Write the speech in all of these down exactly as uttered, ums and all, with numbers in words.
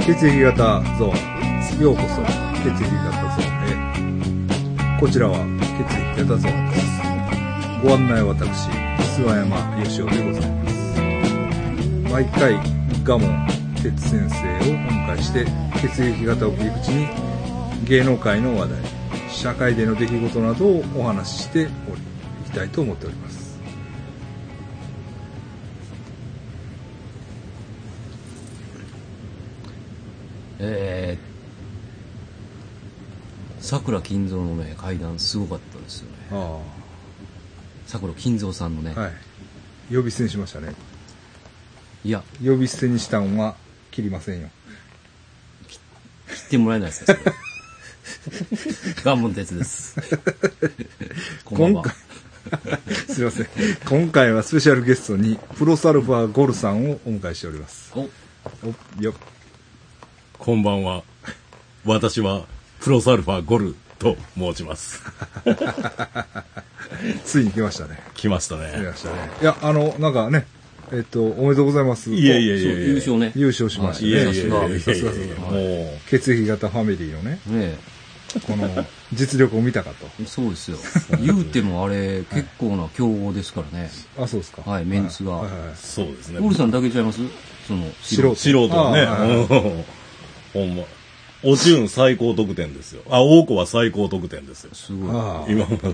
血液型ゾーン、ようこそ血液型ゾーンへ。こちらは血液型ゾーンです。ご案内は私、諏訪山義雄でございます。毎回賀門哲先生をお迎えして血液型を切り口に芸能界の話題、社会での出来事などをお話ししておりいきたいと思っております。 えー、桜金蔵のね階段すごかったですよね。ああ、桜金蔵さんのね、 はい、呼び捨てにしましたね。 いや呼び捨てにしたんは切りませんよ。 切ってもらえないですかそれガンモン鉄ですこんばんは。 すいません、今回はスペシャルゲストにプロサルファーゴルさんをお迎えしております。おおよこんばんは。私はプロサルファーゴルと申しますついに来ましたね。 来ましたね。 来ましたね。いや、あのなんかね、えっとおめでとうございます。 いやいやいや優勝ね。 優勝しましたね。 いやいやいやいやさすがさすが。もう血液型ファミリーのね、ねこの実力を見たかと。 そうですよ。言うてもあれ結構な強豪ですからね。 あ、そうですか。 はい、メンツが。 はいはいはい、そうですね。 ゴルさんだけちゃいます？その素人。素人はね。はいはい、ほんま。おじゅん最高得点ですよ。あ、大子は最高得点ですよ。 すごい。 今も。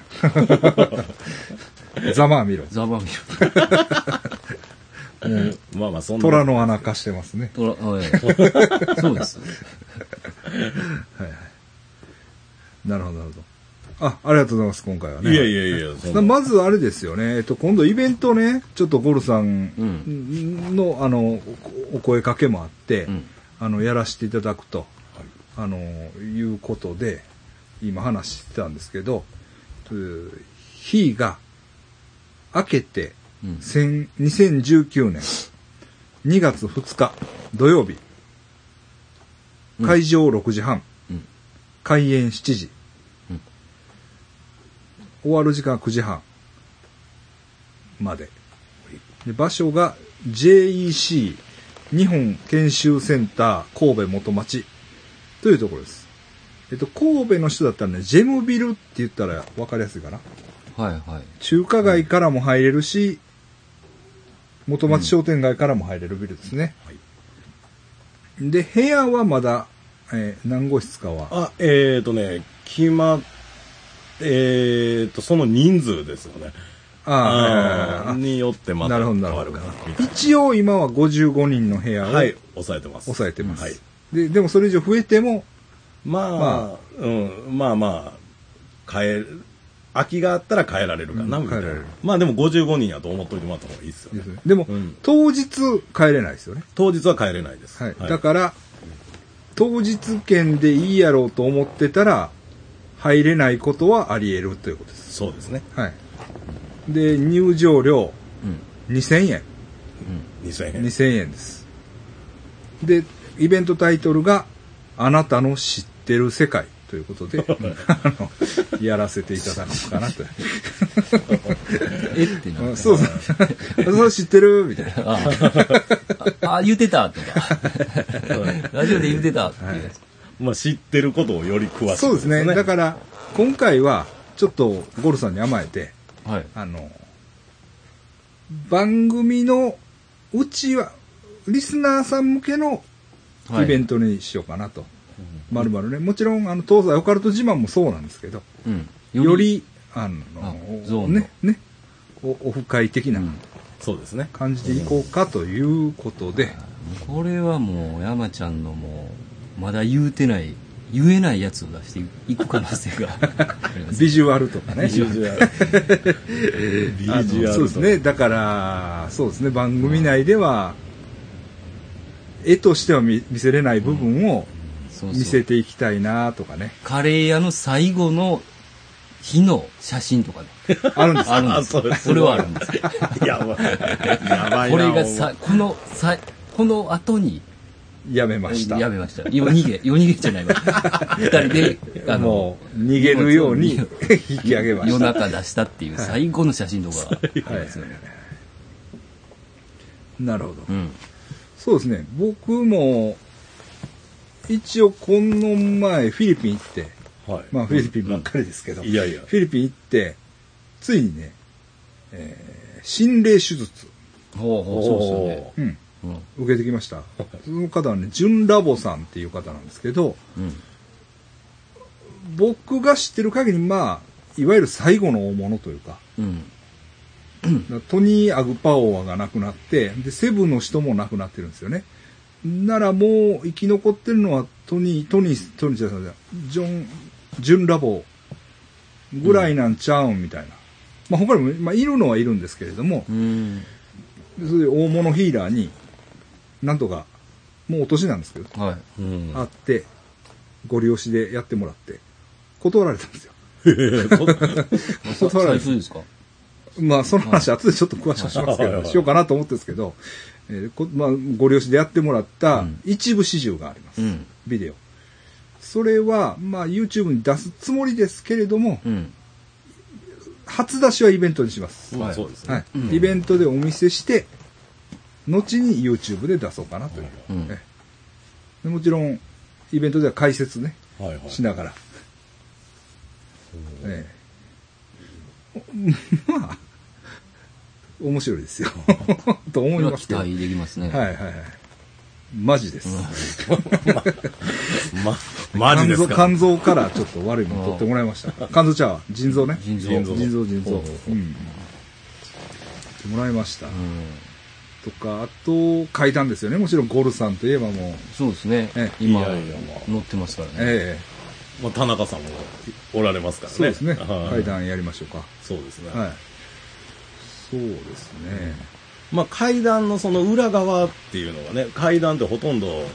ざまあみろ。 ざまあみろ。もうまあまあそんな。虎の穴化してますね。虎、はい。 そうです。 はいはい。なるほどなるほど。あ、ありがとうございます今回はね。 いやいやいや。 まずあれですよね。えっと今度イベントね、ちょっとゴルさんの、うん、あのお声かけもあって、うん、あのやらせていただくと。あのいうことで今話してたんですけど、日が明けて、うん、にせんじゅうきゅうねんにがつふつか土曜日、うん、会場ろくじはん、うん、開演しちじ、うん、終わる時間くじはんまで、で場所が ジェイイーシー 日本研修センター神戸元町というところです。えっと、神戸の人だったらね、ジェムビルって言ったら分かりやすいかな。 はいはい。 中華街からも入れるし、元町商店街からも入れるビルですね。うん、で、部屋はまだ、えー、何号室かは。 あ、えっとね、決まっ、えっと、その人数ですよね。ああ、によってまた変わるかな。 一応今はごじゅうごにんの部屋を、 はい、抑えてます。 抑えてます。 はい。 で、でもそれ以上増えても、 まあ、まあ、うん、まあまあ、変え、空きがあったら変えられるかな、うん、変えられる。まあでもごじゅうごにんやと思っといてもらった方がいいですよね。ですね。 でも、うん、当日変えれないですよね。 当日は変えれないです。 はい。はい、だから、当日券でいいやろうと思ってたら、入れないことはあり得るということです。 そうですね。 はい。で、入場料、にせんえん。 うん、にせんえん。 にせんえんです。で、イベントタイトルがあなたの知ってる世界ということであのやらせていただこうかなとえってなそうそうそう知ってるみたいなあああ言ってたとかラジオで言ってたっていう、はい、 まあ知ってることをより詳しいですね。 そうですね。だから今回はちょっとゴルさんに甘えて、はい、あの番組のうちはリスナーさん向けのイベントにしようかなと。まるまるね。もちろん、あの、東西オカルト自慢もそうなんですけど、うん、より、よりあの、あね、ね、オフ会的な、うん、 そうですね。 感じでいこうかということで。 うん、これはもう、山ちゃんのもう、まだ言うてない、言えないやつを出していく可能性がビジュアルとかね。 ビジュアル。ビジュアル。 そうですね。だから、そうですね。番組内では、絵としては 見, 見せれない部分を見せていきたいなとかね。 カレー屋の最後の日の写真とかね。 あるんですか？ あるんです。それ, それはあるんです。 やばい。やばいな。 これがさ、このさ、この後にやめました。 やめました。夜逃げ、夜逃げじゃないわ。二人で、 あの、もう逃げるように引き上げました。 夜中出したっていう最後の写真とかありますよね。はい 、なるほど。うん、そうですね。僕も、 一応この前フィリピン行って、 はい、 まあフィリピンばっかりですけど、 うん、いやいやフィリピン行ってついにね、えー、心霊手術ほうほうそうですよね、 うんうん、受けてきました。その方はね、純ラボさんっていう方なんですけど、うん、僕が知ってる限り、まあいわゆる最後の大物というか、うん、トニー・アグパオアが亡くなって、でセブンの人も亡くなってるんですよね。ならもう生き残ってるのはトニー、トニー、トニーじゃない、ジョン、ジュンラボぐらいなんちゃうんみたいな。まあ他にも、まあいるのはいるんですけれども、うん、そういう大物ヒーラーに、なんとか、もうお年なんですけど、はい、うん、会って、ご利用しでやってもらって、断られたんですよ。 断られたんですか？ まあその話後でちょっと詳しくしますけど、しようかなと思ってるんですけど、えーこまあ、ご利用しでやってもらった一部始終があります、うん、ビデオ。それは、まあ、YouTube に出すつもりですけれども、うん、初出しはイベントにします、 まあそうですね、 はいうん、イベントでお見せして後に YouTube で出そうかなという、うんね、でもちろんイベントでは解説ね、はいはい、しながら、ええ、まあ面白いですよと思いますけど。 期待できますね。 はいはいはい。マジです。 ま、ま、マジですか。 肝臓からちょっと悪いもの取ってもらいました。肝臓ちゃうわ。腎臓ね。 腎臓。 腎臓、腎臓。腎臓。うん。取ってもらいました。とか、あと、階段ですよね。もちろんゴルさんといえばもう。 そうですね。え今、いやいやまあ、乗ってますからね。ええ。まあ、田中さんもおられますからね。 そうですね。階段やりましょうか。 そうですね。 はい。そうですね。 まあ階段のその裏側っていうのがね、階段ってほとんど、はい、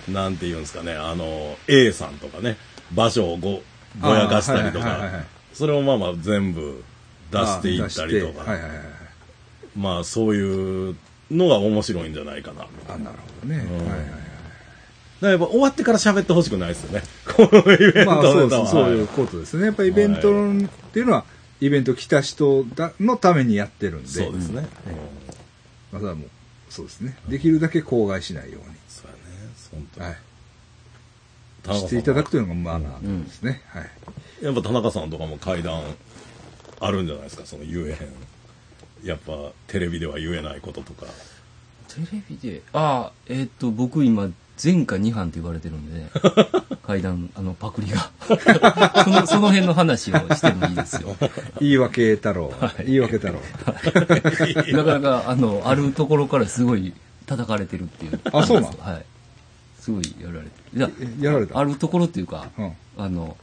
なんて言うんですかね、あの A さんとかね、場所をごぼやかしたりとか、それをまあまあ全部出していったりとか、はいはいはい、まあそういうのが面白いんじゃないかな。 あ、なるほどね。うん、はいはいはい。 だやっぱ終わってから喋ってほしくないですよね。このイベントの、まあ、 そうです、そういうことですね。やっぱりイベントっていうのは、はい、イベント来た人だのためにやってるんで。 そうですね。 まあ、それはもう、そうですね。できるだけ口外しないように。 そうやね。本当に。 はい。していただくというのがマナーですね。うん、はい。 やっぱ田中さんとかも階段あるんじゃないですか、その言えへん。やっぱテレビでは言えないこととか。 テレビで、ああ、えー、っと、僕今、前科に犯って言われてるんで、階段、あの、パクリが。その、その辺の話をしてもいいですよ。 言い訳太郎。はい、言い訳太郎。 なかなか、あの、あるところからすごい叩かれてるっていう。 あ、そうなの？ はい。すごいやられてる。いや、 やられた。 あるところっていうか、うん、あの、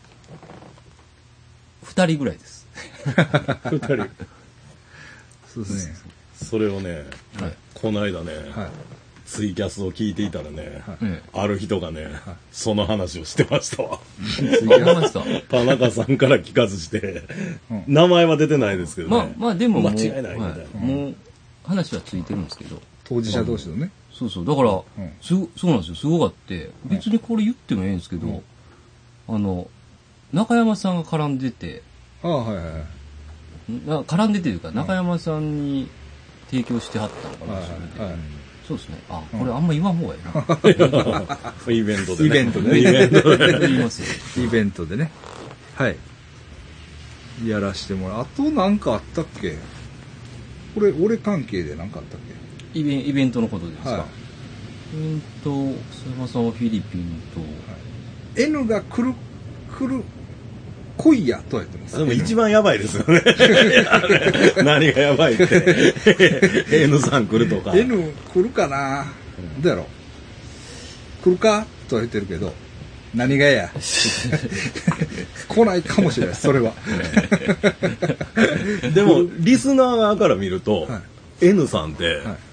二人ぐらいです。 二人。 そうですね。 それをね、はい、この間ね、はい、ツイキャスを聞いていたらね、はい、ある人がね、はい、その話をしてましたわ。田中さんから聞かずして、うん、名前は出てないですけどね。 まあ、まあでも間違いないみたいな、はい、 もう話はついてるんですけど。 当事者同士のね。 そうそう。だから、うん、すそうなんですよ。すごかって、別にこれ言ってもいいんですけど、うん、あの、中山さんが絡んでて、 ああ、はいはいはい。 絡んでてというか、中山さんに提供してはったのかな、はいはい、そうですね。あ、これあんま言わん方がいいな。 イベントでね。 イベントでね。 イベントで言いますよ。 イベントでね。はい。やらしてもらう。あとなんかあったっけ？これ、俺関係でなんかあったっけ？イベン、イベントのことですか？はい、うんと、佐山さんはフィリピンと、はい、 N が来る、来る、来いやとは言ってます。 でも一番やばいですよね。何がやばいって。N さん来るとか。 N 来るかな、うん、どうやろ来るかとは言ってるけど、何がや来ないかもしれない、それは。 でも、リスナー側から見ると、はい、N さんって、はい、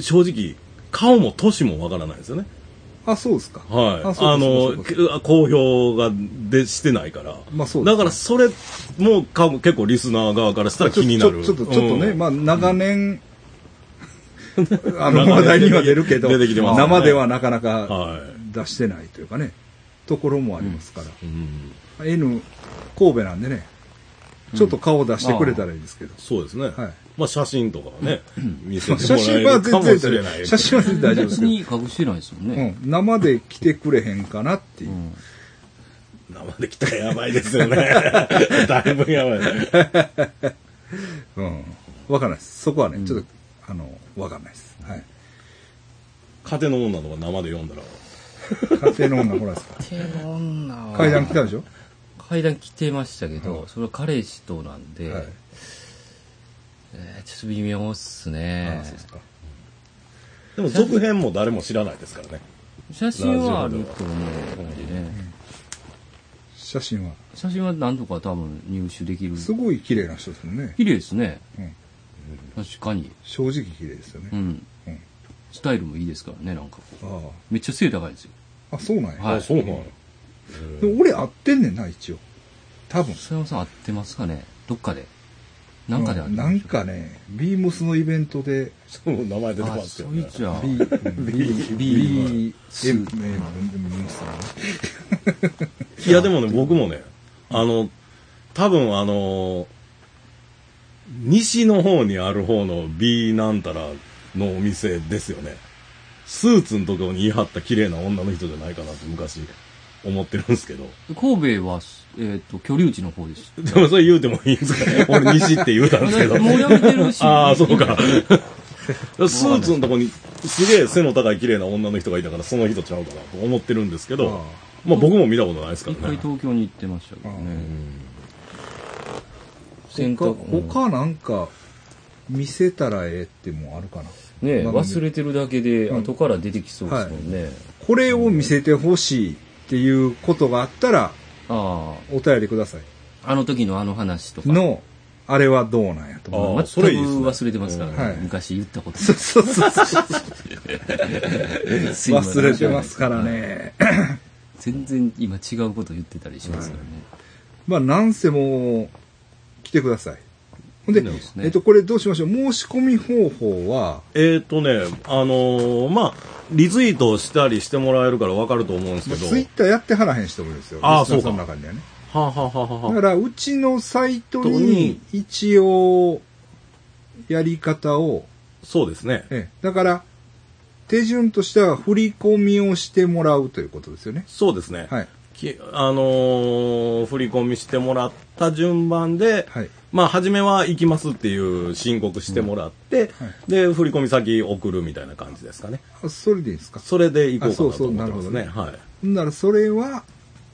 正直、顔も年もわからないですよね。 あ、そうですか。 はい。あ, あの、公表がでしてないから。まあそうです、ね。だからそれもか結構リスナー側からしたら気になる。 ちょっと、ちょっとね、うん、まあ長年、うん、あの話題には出るけど、出てきてますね、生ではなかなか出してないというかね、ところもありますから。うんうん、N、神戸なんでね、 ちょっと顔を出してくれたらいいんですけど。 そうですね。 はい。 まあ写真とかはね、見せて写もらえ真はるかも全然しれない。 写真は全然大丈夫です別けど。 に隠してないですもんね。 うん。生で来てくれへんかなっていうう。 ん。 生で来たらやばいですよね。だいぶやばい。 うん。わかんないです。そこはね、 うんちょっと、あの、わかんないです。はい。 家庭の女とか生で読んだら、 家庭の女、ほらですか。 手の女は階段来たでしょ。 階段来てましたけど、 はいそれは彼氏となんで、 はい。 えーちょっと微妙っすねあ。そうですか。 でも続編も誰も知らないですからね。 写真はあると思うんでね。 写真は。 写真は何とか多分入手できる。 すごい綺麗な人ですもんね。 綺麗ですね。 うん。 確かに。 正直綺麗ですよね。 うん。 うん。 スタイルもいいですからね、なんかこう。 あめっちゃ背高いですよ。 あ。あ、そうなんや。 はいあ、そうなの。 でも俺合ってんねんな、一応。多分。 須山さん合ってますかねどっかで。なんかで合ってますなんかね、ビームスのイベントで、 そう名前出てあ、 ますけどね。 そいつは。 B、B、B、M、M、 いやでもね、僕もね、あの、多分あの、西の方にある方の B なんたらのお店ですよね。スーツのところに言い張った綺麗な女の人じゃないかなって昔思ってるんですけど。 神戸は、えっ、と、居留地の方です。 でもそれ言うてもいいんですかね。俺西って言うたんですけど。 もうやめてるし。 ああ、そうか。スーツのとこにすげえ背の高い綺麗な女の人がいたからその人ちゃうかなと思ってるんですけど、 あまあ僕も見たことないですか一回らね。 東京に行ってましたけどね。 他洗濯他なんか見せたらええってもあるかな。 ねえ、 番組忘れてるだけでうん後から出てきそうですもんね。 これを見せてほしいっていうことがあったらあお便りください。 あ、あの時のあの話とか。 の、あれはどうなんやと思う。 ああそれいいですね全く忘れてますからね。 はい昔言ったこと。 そうそうそうそう。 すいません忘れてますからね。 全然今違うこと言ってたりしますからね。 まあ、なんせも来てください。ほんで、 そうですねえっと、これどうしましょう。申し込み方法は、 えっとね、あのーまあ、リツイートしたりしてもらえるからわかると思うんですけど。 ツイッターやってはらへん人もいるんですよ。 ああリスナーさんそうかの中にはね。 はあ、はあはあはあ、 だから、うちのサイトに一応、やり方を、 そうですね。 ええ、だから、手順としては振り込みをしてもらうということですよね。 そうですね。 はい。 きあのー振り込みしてもらった順番で、 はい。 まあ、初めは行きますっていう申告してもらって、 うんはいで、振り込み先送るみたいな感じですかね。 あそれでいいですか。 それで行こうかなとあそうそう思ってますね。 なるほはい。 ほんなら、それは、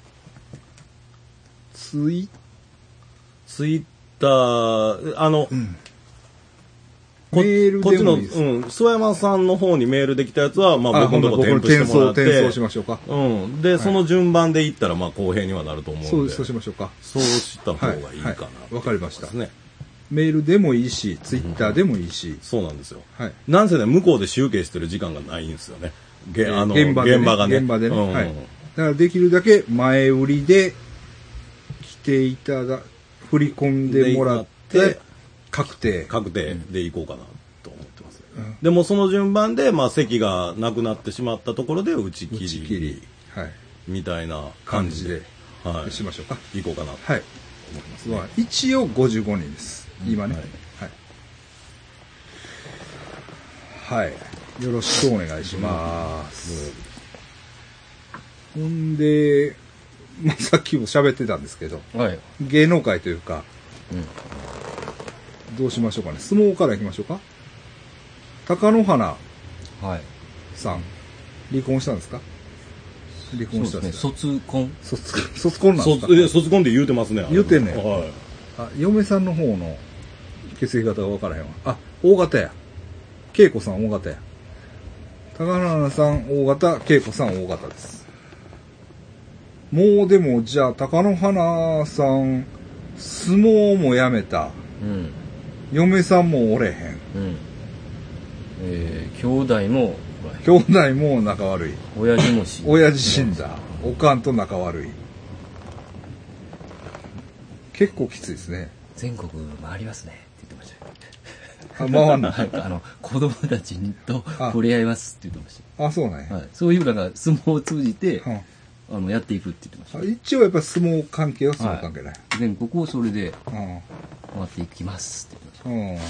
ツイツイッター、あの、 うんこメールこっちの、 でもいいです。 うん、諏訪山さんの方にメールできたやつは、まあ、 あ、 僕のとこほんなら僕添の転送、 付してもらって。 転送しましょうか。 うん。で、その順番で行ったら、まあ、公平にはなると思うんで。 そう、そうしましょうか。 そうした方がいいかな、 はいはいわかりましたですね。 メールでもいいし、ツイッターでもいいし、 そうなんですよ。 はい。 なんせね、向こうで集計してる時間がないんですよね。げあの現場でね。 現場がね。 現場でね。 うんはい。だからできるだけ前売りで来ていただ、振り込んでもらってで、 確定。 確定で行こうかなと思ってます、 うんでもその順番で、まあ、席がなくなってしまったところで打ち切り打ち切り。はい。 みたいな感じで感じで、 はい、 しましょうか。 行こうかなとはい。 思います、 まあ一応ごじゅうごにんです。今ね。はい。はい。よろしくお願いします。ほんで、まあ、さっきも喋ってたんですけど、 はい。 芸能界というか、 うん。 どうしましょうかね。相撲からいきましょうか。貴乃花はい。 さん、離婚したんですか？離婚したんですか？ そうですね。卒婚。 卒、卒婚なんですか？ 卒え卒コンで言うてますね。 言うてんねんはい。 あ、嫁さんの方の血液型が分からへんわ。あ、大型や。恵子さん大型や。高原さん大型、恵子さん大型です。もうでも、じゃあ、貴乃花さん、相撲もやめた。 うん。 嫁さんもおれへん。 うん。えー、兄弟も、 兄弟も仲悪い。 親父も死んだ。 親父死んだ。おかんと仲悪い。結構きついですね。 全国回りますねって言ってましたよ。 あ、回んななんかあの、子供たちと触れ合いますって言ってましあ、そうなんや。 た。はい。そういうなんか相撲を通じて、 うんあのやっていくって言ってました。 一応やっぱ相撲関係は相撲関係ない。はい、 全国をそれで回っていきますって言ってました。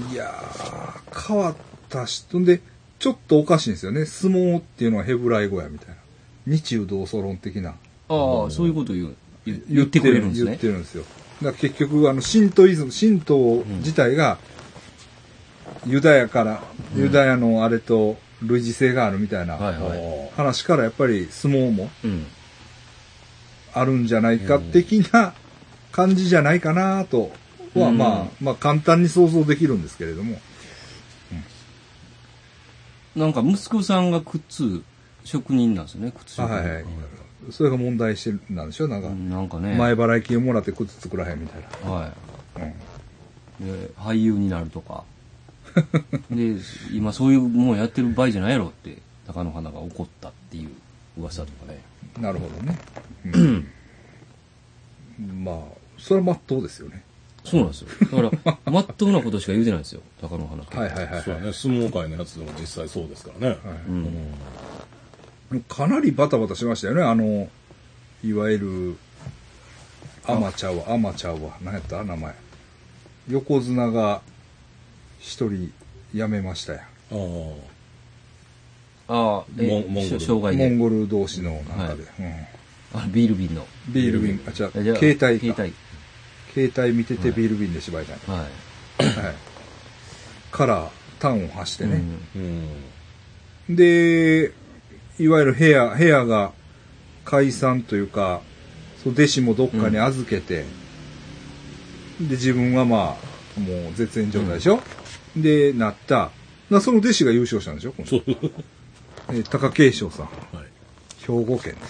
うん、いやー、変わった人で、ちょっとおかしいんですよね。相撲っていうのはヘブライ語やみたいな。日中同祖論的な。 ああ、そういうこと言う。言ってくれるんですね。 言ってるんですよ。だから結局、あの、神道イズム、神道自体が、ユダヤから、うん、ユダヤのあれと類似性があるみたいな話から、やっぱり相撲も、あるんじゃないか的な感じじゃないかなとは、うん、まあ、まあ簡単に想像できるんですけれども。 うん、なんか息子さんが靴、職人なんですよね、靴職人。はいはい。 それが問題してなんでしょなんか、 なんかね、 前払い金をもらって靴作らへんみたいな。 はい。うん、で俳優になるとか。で、今そういうもんやってる場合じゃないやろって、貴乃花が怒ったっていう噂とかね。 なるほどね。うん、まあ、それは真っ当ですよね。 そうなんですよ。だから、真っ当なことしか言うてないんですよ、貴乃花。 はいはいはい、はい。そうね、相撲界のやつでも実際そうですからね。はい、 うん、かなりバタバタしましたよね、あの、いわゆる、アマちゃうわ、アマちゃうわ、何やった名前。横綱が一人辞めましたやん。ああ、えモンゴル障害で。 モンゴル同士の中で。はい、うん、 あ、ビール瓶の。 ビール瓶、あ、じゃあ、携帯か。携帯。携帯見ててビール瓶で芝居たいな。はい。はい。から端を発してね。うんうん、で、いわゆる部屋、部屋が解散というか、そう弟子もどっかに預けて、うん、で、自分はまあ、もう絶縁状態でしょ、うん、で、なった。その弟子が優勝したんでしょ今度え貴景勝さん、はい。兵庫県です。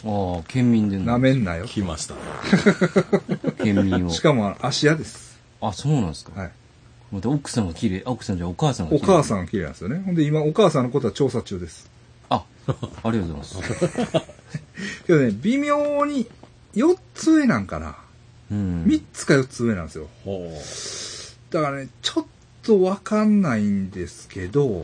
ああ、県民でなめんなよ。 来ましたね。 県民を。 しかも芦屋です。 あ、そうなんですか。はい。また奥さんが綺麗、奥さんじゃお母さんが綺麗。お母さんが綺麗なんですよね。ほんで今お母さんのことは調査中です。 あ、ありがとうございます。 けどね、微妙によっつ上なんかな。うん。みっつかよっつ上なんですよ。ほう。だからね、ちょっとわかんないんですけど、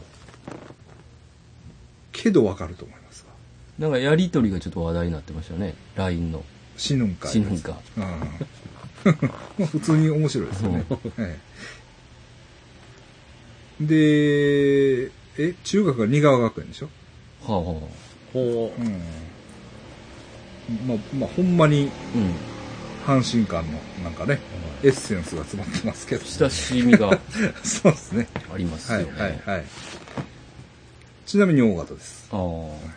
けどわかると思いますわ。 なんかやりとりがちょっと話題になってましたね。ライン の。 死ぬんか。 死ぬんか。 うん。まあ普通に面白いですよね。はい、で、え、中学が仁川学園でしょはあはあ。ほう。うん。まあ、まあ、ほんまに、阪神間の、なんかね、うん、エッセンスが詰まってますけど。 親しみが。 そうですね。 ありますよね。 はい、はい、はい。ちなみに大型です。ああ。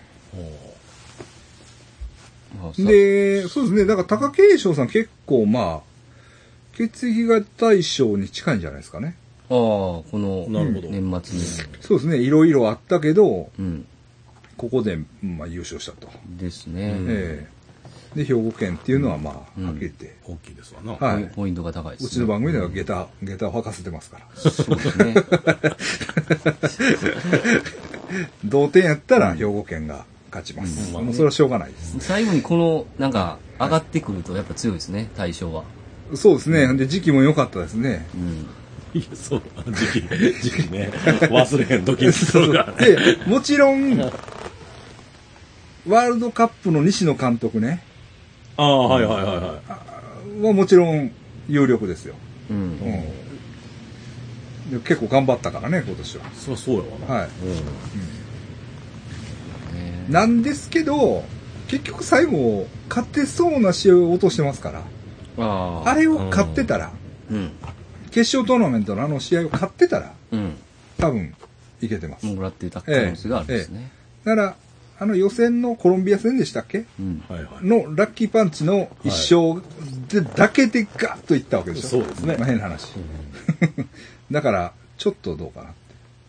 で、そうですね。だから貴景勝さん結構まあ、血液型対象に近いんじゃないですかね。 ああ、この年末に。 そうですね。いろいろあったけど、うん、ここで、まあ、優勝したと。 ですね。 えー、で、兵庫県っていうのはまあ、うん、はっきり言って。 大きいですわな。 はい。ポイントが高いです、ね。 うちの番組では下駄、下駄を履かせてますから。 そうですね。 同点やったら兵庫県が勝ちます。うん、もうそれはしょうがないです。 最後にこの、なんか、上がってくるとやっぱ強いですね、対象は。 そうですね。で、時期も良かったですね。 うん。いや、そう、時期、時期ね。忘れへん時にするからね。 で、もちろん、ワールドカップの西野監督ね。 ああ、はいはいはいはい。 はもちろん有力ですよ。うん。うん、で結構頑張ったからね、今年は。 そりゃそうやわな。はい。 うん、なんですけど、結局最後、勝てそうな試合を落としてますから。あ, あれを勝ってたら、うん、決勝トーナメントのあの試合を勝ってたら、うん、多分いけてます。 もらってた可能性があるんですね。ええ、だから、あの予選のコロンビア戦でしたっけ、うん、のラッキーパンチの一勝でだけでガッといったわけでしょ。 そうですね。 まあ、変な話。うん、だから、ちょっとどうかなって。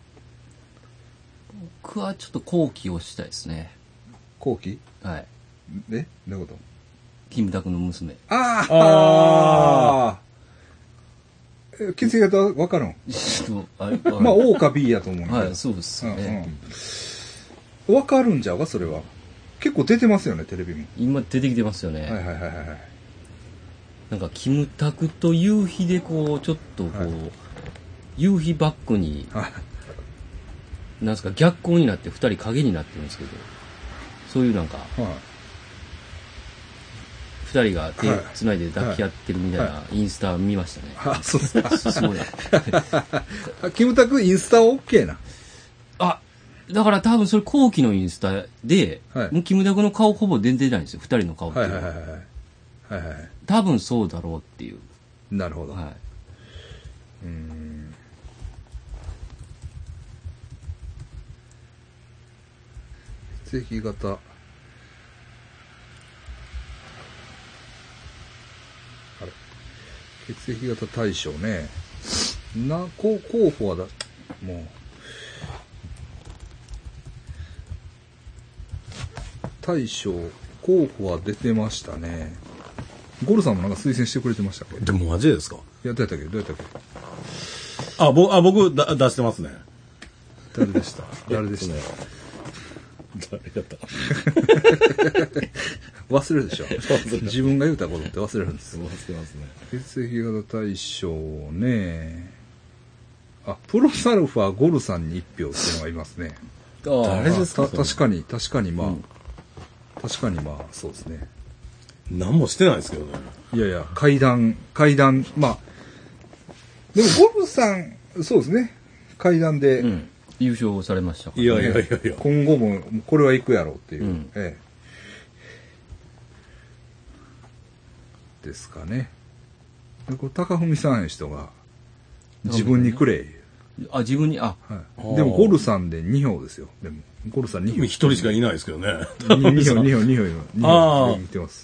僕はちょっと後期をしたいですね。 後期？ はい。 えどういうこと？ キムタクの娘。 あああ血液型分かるんまあ O か B やと思うけど。 はい、そうですね。 うんうん、分かるんじゃうかそれは。結構出てますよね、テレビも。 今出てきてますよね。 はいはいはいはい。 なんか、キムタクと夕日でこう、ちょっとこう、はい、夕日バックに、はい、なんですか、逆光になって二人影になってるんですけど、 そういうなんか、 はい二人が手つないで抱き合ってるみたいなインスタ見ましたね。 あ、そうですか。 すごいな。 キムタクインスタは OK な。 あ、だから多分それ後期のインスタで、 はい、 もうキムタクの顔ほぼ出てないんですよ、二人の顔っていうのは。 はいはいはいはい。はいはい、 多分そうだろうっていう。 なるほど。 はい。 うーん。血液型。あれ血液型大賞ね。な、候候補はだ、もう。大賞、候補は出てましたね。ゴルさんもなんか推薦してくれてましたっけ？ でもマジですか？ やってたっけどうやったっけ？ あ、ぼあ僕だ出してますね。 誰でした誰でした、 誰だった忘れるでしょ自分が言うたことって忘れるんですよ。 忘れますね。 血液型大賞ね。あ、プロサルファーゴルさんに一票っていうのがいますね。 誰ですか？ た確かに、確かにまあ、うん、確かにまあ、そうですね。 何もしてないですけどね。 いやいや、階段、階段、まあ、でもゴルさん、そうですね。階段で、うん、 優勝されましたから、 ね。いやいやいやいや。 今後も、これは行くやろうっていう、うん、ええ。ですかね。でこれ高文さんいう人が、自分にくれ。 あ、自分に、あ、 はい、でもゴルさんでに票ですよ。でも、ゴルさんに票。 一人しかいないですけどね。 に票、に票、に票、に票見てます。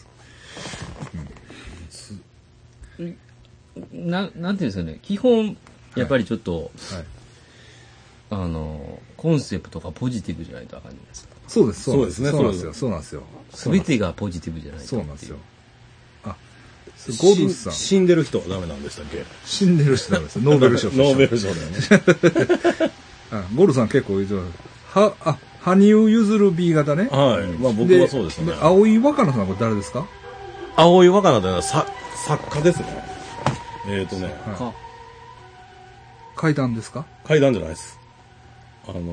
うん、な、なんていうんですかね。基本、やっぱりちょっと、はいはい、あの、コンセプトがポジティブじゃないとあかんじゃないですか。 そうです、そうですね。そうなんですよ。そうなんですよ。 すべてがポジティブじゃないと。 そうなんですよ。あ、ゴルさん。 死んでる人はダメなんでしたっけ？ 死んでる人ダメです。ノーベル賞。 ノーベル賞だよね。 ゴルさん結構言うと、は、あ、羽生結弦 B 型ね。 はい。まあ僕はそうですね。 青井若菜さんはこれ誰ですか？ 青井若菜というのはさ作家ですね。えっ、ー、とね。 はい、階段ですか？ 階段じゃないです。あの、うん、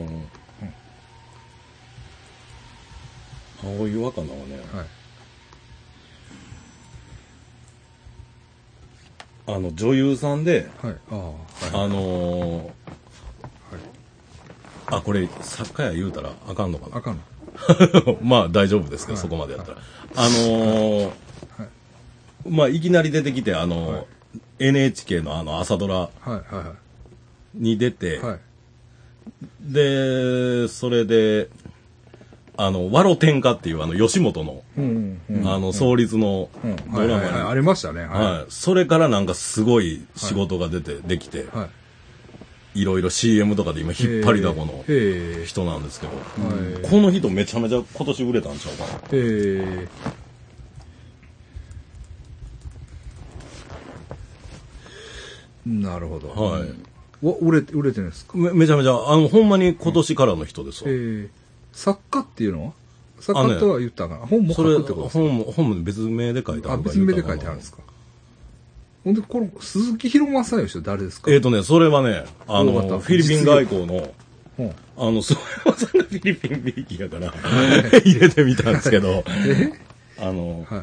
青井若菜はね、はい、あの女優さんで、はい、あ, はい、あのー、はい、あこれ作家や言うたらあかんのかな。 あかんの。 まあ大丈夫ですけど、はい、そこまでやったら、はい、あのーはい、まあいきなり出てきてあのーはい、エヌエイチケー のあの朝ドラに出て、はいはいはい、でそれであの、わろ天下っていうあの、吉本の、うんうん、あの、創立のドラマに、 ありましたね。はい。 はい。それからなんかすごい仕事が出て、はい、できて、はい、いろいろ シーエム とかで今引っ張りだこの人なんですけど、この人めちゃめちゃ今年売れたんちゃうかな。へー。 なるほど。 はい。 売れて、売れてるんですか？ め、めちゃめちゃ、あの、ほんまに今年からの人ですわ。 へー。作家っていうのは作家とは言ったかな、ね、本も書くってことですか？ 本も、本も別名で書いてある。 あ、別名で書いてあるんですか？ほんで、この、鈴木宏正義って誰ですか？ えっ、ー、とね、それはね、あの、フィリピン外交の、うん、あの、諏訪山さんがフィリピンびいきやから、入れてみたんですけど、えあの、はい、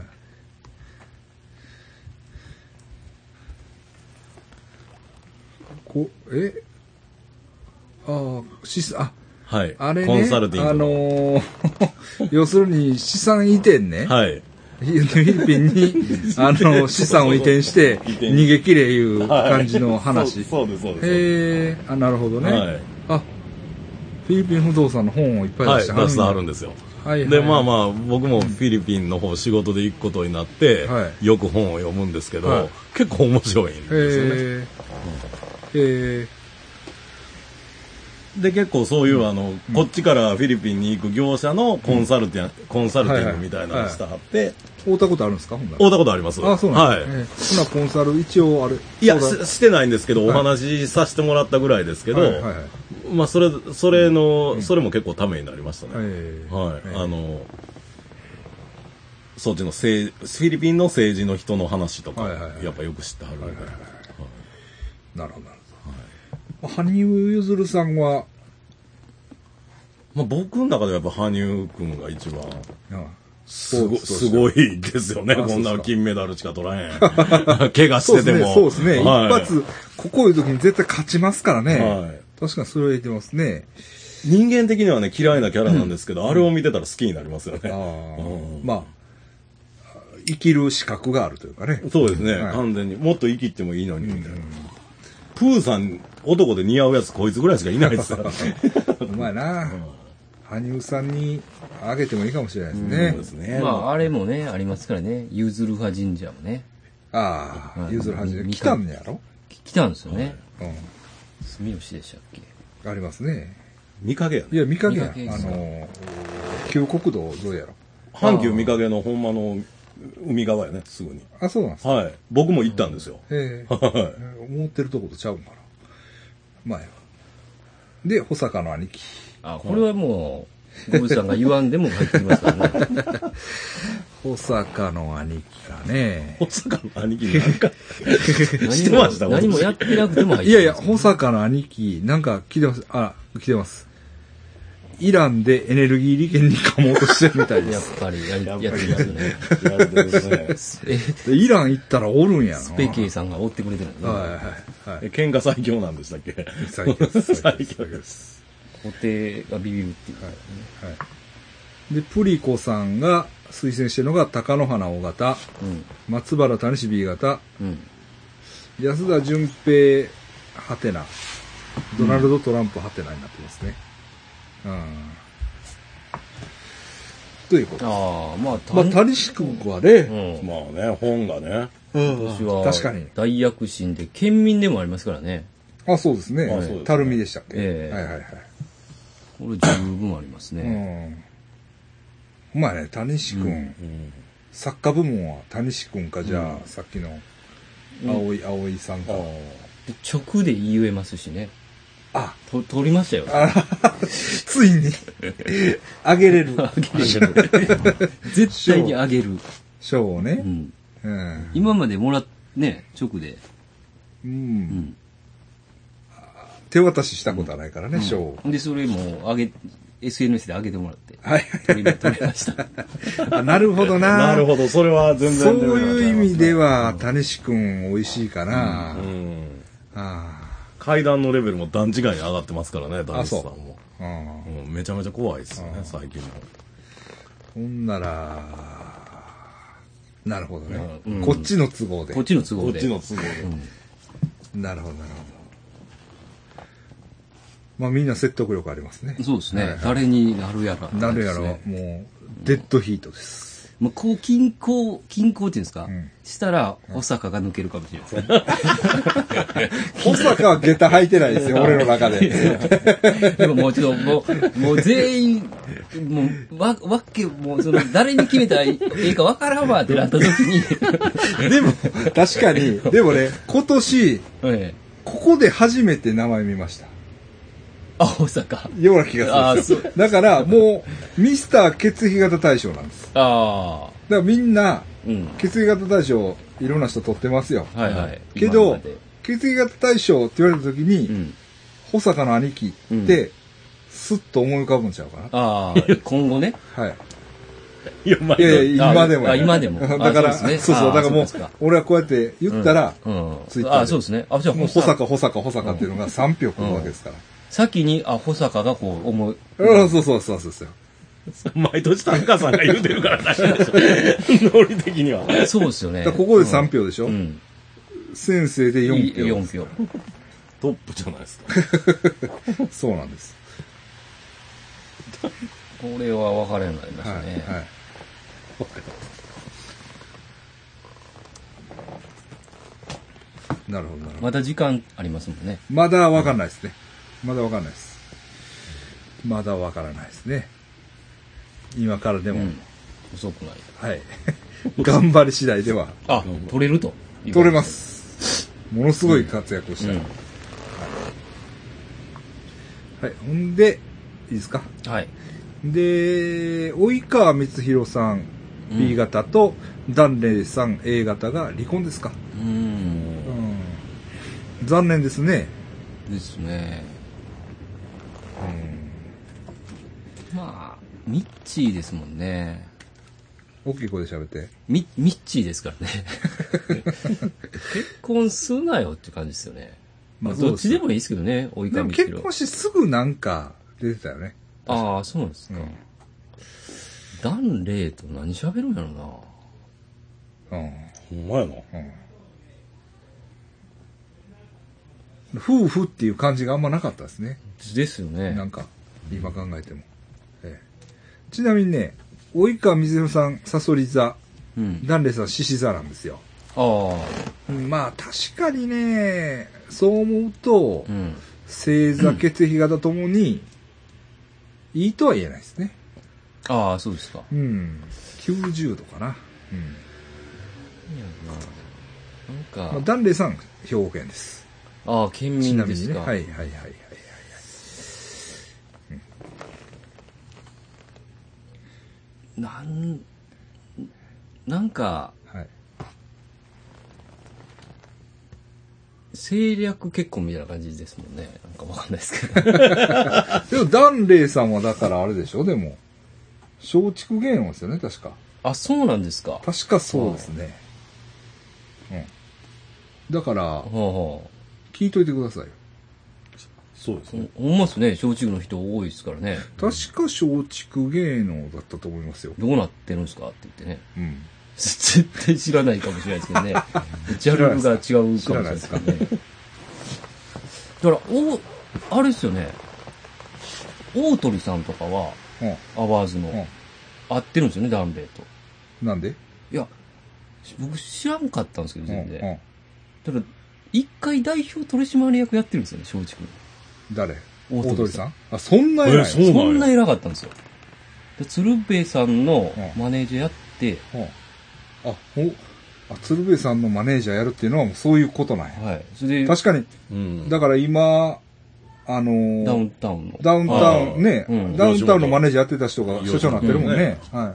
こえああ、しあ、 はい。 あれね、 コンサルティング。 あのー、要するに資産移転ね。 はい。 フィリピンに、あの、資産を移転して、逃げ切れいう感じの話。 はい、そうです、そうです。 へえ、あ、なるほどね。はい。あ、フィリピン不動産の本をいっぱい出してはる、 はい、出してはるんですよ。はいはい、で、まあまあ、僕もフィリピンの方仕事で行くことになって、はい、よく本を読むんですけど、はい、結構面白いんですよね。へえ。へえ。で、結構そういう、あの、うん、こっちからフィリピンに行く業者のコンサルティング、うん、コンサルティングみたいなのをしてはって。 会うたことあるんですか？ほんなら。 会うたことあります。 あ、そうなんですか。はい。ほな、コンサル一応あれ。 いやし、してないんですけど、お話しさせてもらったぐらいですけど、はいはいはい、まあ、それ、それの、うん、それも結構ためになりましたね。はい。あの、そっちの政、フィリピンの政治の人の話とか、はいはいはい、やっぱよく知ってはるんで。はいはいはいはい、 なるほど。羽生結弦さんは、 まあ、僕の中ではやっぱ羽生くんが一番ああすごすごいですよね。こんな金メダルしか取らへん。怪我そうしてても。 ですね。そうですね。 はい一発、ここいう時に絶対勝ちますからね。 はい、 確かにそれは言ってますね。 人間的にはね、嫌いなキャラなんですけど、うん、あれを見てたら好きになりますよね。 あうん、まあ、生きる資格があるというかね。 そうですね。はい、完全に。もっと生きてもいいのに、みたいな。うん、プーさん、男で似合うやつこいつぐらいしかいないですから。 うまいな。うん羽生さんにあげてもいいかもしれないですね。 うん、そうですね。 まあ、あれもね、ありますからね。ゆずる派神社もね。 ああ、ゆずる派神社。来たんやろ来たんですよね。 はい、うん。 住吉でしたっけありますね。 見かけやね。 いや、見かけや。あの、旧国道どうやろ。 阪急見かけのほんまの海側やね、すぐに。 あ、そうなんですか。 はい。僕も行ったんですよ。 へえ。はい。思ってるとことちゃうんかな。まあや。で、保坂の兄貴。 あ、これはもう、ゴブさんが言わんでも入ってきますからね。 保坂の兄貴がね。 保坂の兄貴なんか、してました何もやってなくても入ってきます、ね。 いやいや、保坂の兄貴、なんか来てます。あ、来てます。イランでエネルギー利権にかもうとしてるみたいです。 やっぱりやり、やってますね。 やってますね。 えイラン行ったらおるんやな。 スペケイさんが追ってくれてるんですね。 はいはいはい。 喧嘩最強なんでしたっけ最強です。 最強です。 固定がビビるっていう、ね。 はい。はい。で、プリコさんが推薦してるのが貴乃花尾型、うん、松原谷氏 B 型、うん、安田純平ハテナ、ドナルド・トランプハテナになってますね。うん。ということです。 ああ、まあ、 まあ、谷氏君はね、 うん、まあね、本がね。 私は、 確かに。 大躍進で、県民でもありますからね。 あ、そうですね。たるみでしたっけ。 ええー。 はいはいはい。 これ十分ありますね。 うん。まあね、谷氏君、うんうん、作家部門は谷氏君か、じゃあ、うん、さっきの、青い、青いさんか。 直で言えますしね。 あ、 と、取りましたよ。 ついに、あげれる。 あげれる。絶対にあげる。 賞をね、 うんうん。今までもらっ、ね、直で。 うん。うん、手渡ししたことはないからね、賞、 うん、で、それも、あげ、エスエヌエス で上げてもらって。 はい。 取り、取りました。 あ、なるほどな。 なるほど、それは全然。 そういう意味では、谷氏くん美味しいかな。うん。うん、 ああ。階段のレベルも段違いに上がってますからね、谷氏さんも。あ、うん。めちゃめちゃ怖いですよね、最近も。 ほんなら、なるほどね、うん。こっちの都合で。 こっちの都合で。 こっちの都合で。 うん、なるほど、なるほど。まあみんな説得力ありますね。 そうですね。はいはい、誰になるやら、 ね。なるやら、もう、デッドヒートです。 まあ、こう、均衡、均衡っていうんですか、うん、したら、保坂が抜けるかもしれないですね。 保坂は下駄履いてないですよ、俺の中で。 でももうちょっと、もう、もう全員、もう、わ、わけ、もう、その、誰に決めたらいいかわからんわってなった時に。 でも、確かに、でもね、今年、はい、ここで初めて名前見ました。 あ、保坂。 ような気がするんですよ。だから、もう、ミスター血液型大賞なんです。 ああ。 だからみんな、うん、血液型大賞、いろんな人取ってますよ。 はいはい。 けど、血液型大賞って言われた時に、うん、保坂の兄貴って、スッと思い浮かぶんちゃうかな。 ああ、今後ね。 はい。 いや、まあ、 いやいや今でも。 あ、今でも。 だから、そうそう、だからもう、俺はこうやって言ったら、 ツイッターで。あ、そうですね。あ、じゃあ、 保坂、保坂、保坂っていうのがさんぴょうくるわけですから。 先に、あ、保坂がこう思う。 あ、そうそうそうそうそう。 毎年タンカさんが言うてるから大丈夫でしょ。ノリ的には。 そうですよね。 ここでさんぴょうでしょ。うん、先生でよんぴょう。 よんぴょう。 トップじゃないですか。 そうなんです。 これは分からなくなりましたね。はい。はい、 なるほど、なるほど。 まだ時間ありますもんね。 まだ分かんないですね。まだ分かんないです。まだ分からないですね。今からでも。うん、 遅くない。 はい。頑張り次第では。 あ、取れると。 取れます。ものすごい活躍をした。うんうん、はい。ほんで、いいですか。 はい。 で、及川光弘さん B 型と、檀れいさん A 型が離婚ですか。うん、うん、残念ですね。 ですね。 まあ、ミッチーですもんね。 大きい声で喋って。 ミ、ミッチーですからね。結婚すなよって感じですよね。まあ、どっちでもいいですけどね、及川光弘。 でも結婚してすぐなんか出てたよね。 ああ、そうなんですか。うん、ダンレイと何喋るんやろな。 うん。ほんまやな。 うん。夫婦っていう感じがあんまなかったですね。 ですよね。 なんか、今考えても。ええ、ちなみにね、及川光弘さん、さそり座、うん、ダンレイさん、獅子座なんですよ。 ああ。 まあ、確かにね、そう思うと、うん、星座、血液型ともに、いいとは言えないですね。 ああ、そうですか。 うん。きゅうじゅうどかな。うん。いやなんか。まあ、ダンレイさん、兵庫県です。 ああ、県民ですか。 ね、はいはいはいはいはい。 うん、なん、なんか、はい、政略結婚みたいな感じですもんね。なんかわかんないですけど。 でも、ダンレイさんはだからあれでしょ、でも。松竹芸能ですよね、確か。 あ、そうなんですか。 確かそうですね。うん。だから、はあはあ、聞いといてくださいよ。 そうですね。 思いますね、松竹の人多いですからね。 確か松竹芸能だったと思いますよ。 どうなってるんですかって言ってね。うん。絶対知らないかもしれないですけどね。ジャンルが違うかもしれないですからね。だから、お、あれですよね。大鳥さんとかは、うん、アワーズの、うん、合ってるんですよね、ダンレイと。 なんで？ いや、僕知らんかったんですけど、全然。うんうん、ただ、一回代表取締役やってるんですよね、松竹の。 誰？大鳥さん？あ、そんな偉い、えー、 そ, そんな偉かったんですよ。で鶴瓶さんのマネージャーやって、うんうん、 あ、お、あ、鶴瓶さんのマネージャーやるっていうのはもうそういうことなんや。 はい。それで確かに、うん、だから今、あのー、 ダウンタウンの。 ダウンタウンね、うん、ダウンタウンのマネージャーやってた人が所長になってるもんね。うん、はい。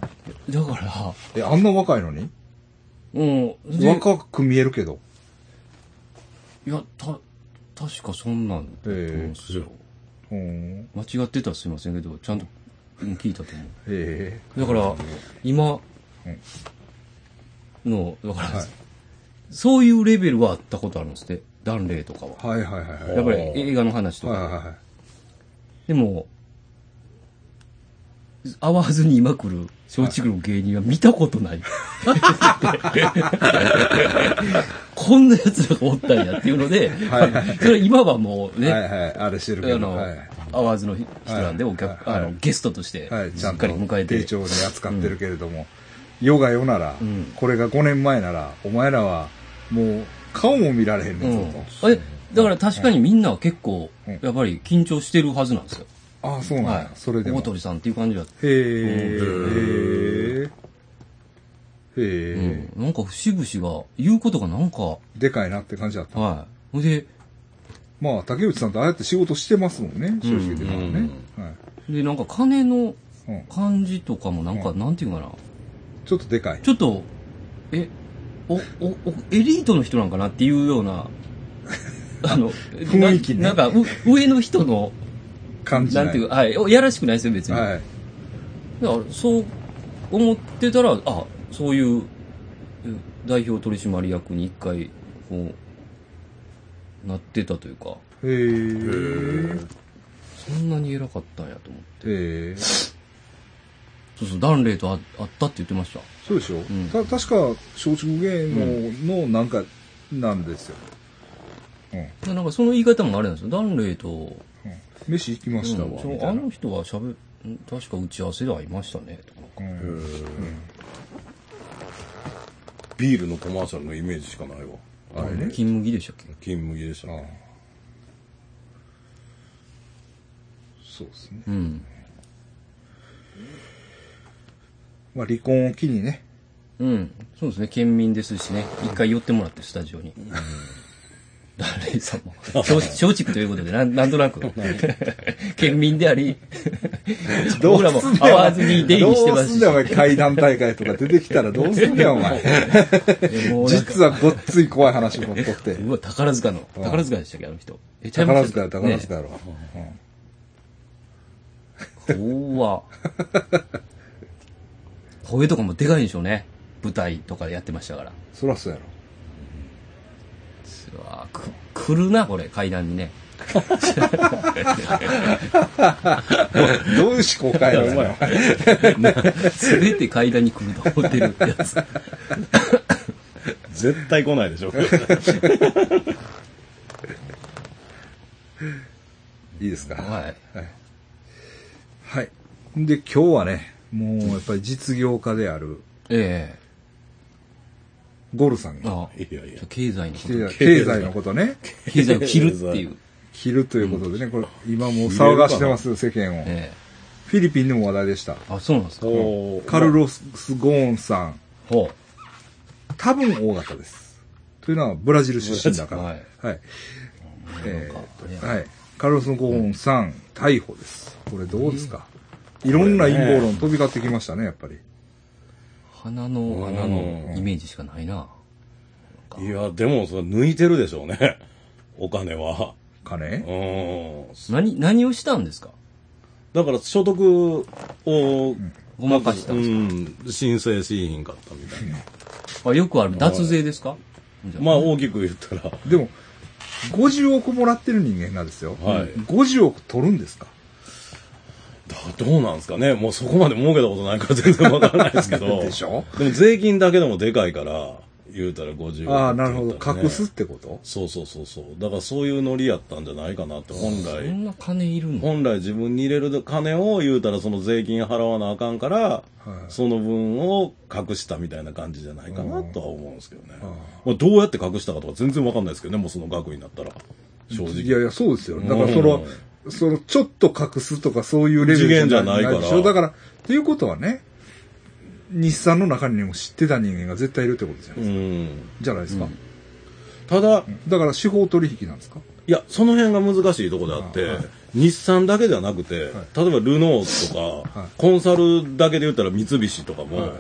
だから、 え、あんな若いのに？うん。若く見えるけど。 いや、た、確かそんなんだと思うんですよ。えー、間違ってたらすいませんけど、ちゃんと聞いたと思う。えー、だから、今の、だから、はい、そういうレベルはあったことあるんですね。ダンレイとかは。 はいはいはいはい。 やっぱり映画の話とか。はいはいはい。でも、会わずに今来る松竹の芸人は見たことない。こんな奴らがおったんやっていうので、はいはい、それ今はもうね、はいはい、あれしてるけど、あの、はい、会わずの人なんで、お客、はい、あの、ゲストとして、しっかり迎えて。 丁重に扱ってるけれども、うん、世が世なら、うん、これがごねんまえなら、お前らはもう顔も見られへんねんぞと。 うん、え、だから確かにみんなは結構、やっぱり緊張してるはずなんですよ。 ああ、そうなんだ、はい。それでも。 大鳥さんっていう感じだった。 へえ。へえ、うん。なんか節々が、言うことがなんか。 でかいなって感じだった。 はい。で、 まあ、竹内さんとああやって仕事してますもんね、正直言ってね。 はい。で、なんか金の感じとかもなんか、うん、なんていうかな。 ちょっとでかい。 ちょっと、え、お、お、お、エリートの人なんかなっていうような、あの、 雰囲気ね。 な、なんか、上の人の、 感じない。 なんていう、はい。やらしくないですよ、別に。はい。だから、そう思ってたら、あ、そういう、代表取締役に一回、こう、なってたというか。へえ。そんなに偉かったんやと思って。へえ。そうそう、ダンレイと あ, あったって言ってました。 そうでしょ、うん、た確か、松竹芸能のなんか、なんですよ。 うん。なんかその言い方もあれなんですよ。ダンレイと、うん、 飯行きましたわ、うん、 あの人はしゃべ、確か打ち合わせではいましたね。とかうんうん、 ビールのコマーシャルのイメージしかないわ。 あれね。金麦でしたっけ？ 金麦でしたね。 そうですね。うん。まあ離婚を機にね。 うん。そうですね。県民ですしね。一回寄ってもらってスタジオに。うんダンレイさんも。松竹ということで、なん、なんとなく。県民であり、僕らも会わずに出入りしてますし。 どうすんだよ、お前。怪談大会とか出てきたらどうすんだよ、お前。実はごっつい怖い話持っとって。 うわ、宝塚の。宝塚でしたっけ、あの人。 宝塚や、宝塚やろ。 怖声とかもでかいんでしょうね。舞台とかでやってましたから。 そらそうやろ。 うわく来るな、これ、階段にね。 どういう思考回路だよ。 すべて階段に来ると思ってるやつ。 絶対来ないでしょ。 いいですか。 はい。 はい。はい。で、今日はね、もうやっぱり実業家である、 ええゴルさんが、 あいやいや。 経済のこと。 経済のことね、 経済を切るっていう。 切るということでね、これ今もう騒がしてます、世間を。 ええフィリピンでも話題でした。 あ、そうなんですか。 カルロス・ゴーンさん。 ほう。 多分大型です。というのはブラジル出身だから。 ははいい。はいえーはいはい。カルロス・ゴーンさん、逮捕です。これどうですか、いろんな陰謀論飛び交ってきましたね、やっぱり。 花の、花のイメージしかないな。 いや、でも、それ抜いてるでしょうね。お金は。 金うん。 何、何をしたんですか？ だから、所得を、 ごまかしたんですか？うん。申請しひんかったみたいな。 あ、よくある脱税ですか？ まあ、大きく言ったら。 でも、ごじゅうおくもらってる人間がですよ。 はい。 ごじゅうおく取るんですか？ だどうなんですかね。もうそこまで儲けたことないから全然わからないですけど。 でしょ？ でも税金だけでもでかいから、言うたらごじゅうおく、ね。 ああ、なるほど。隠すってこと？ そうそうそうそう。だからそういうノリやったんじゃないかなって、本来。 そんな金いるの？ 本来自分に入れる金を言うたらその税金払わなあかんから、はい、その分を隠したみたいな感じじゃないかなとは思うんですけどね。まあ、どうやって隠したかとか全然わかんないですけどね、もうその額になったら。正直。 いやいや、そうですよ。だからその、うん、その、ちょっと隠すとかそういうレベルじゃないから。だから、っていうことはね、日産の中にも知ってた人間が絶対いるってことじゃないですか。うん、じゃないですか。うん、 ただ、 だから司法取引なんですか？ いや、その辺が難しいところであって、はい、日産だけではなくて、はい、例えばルノーとか、はい、コンサルだけで言ったら三菱とかも、はいはい、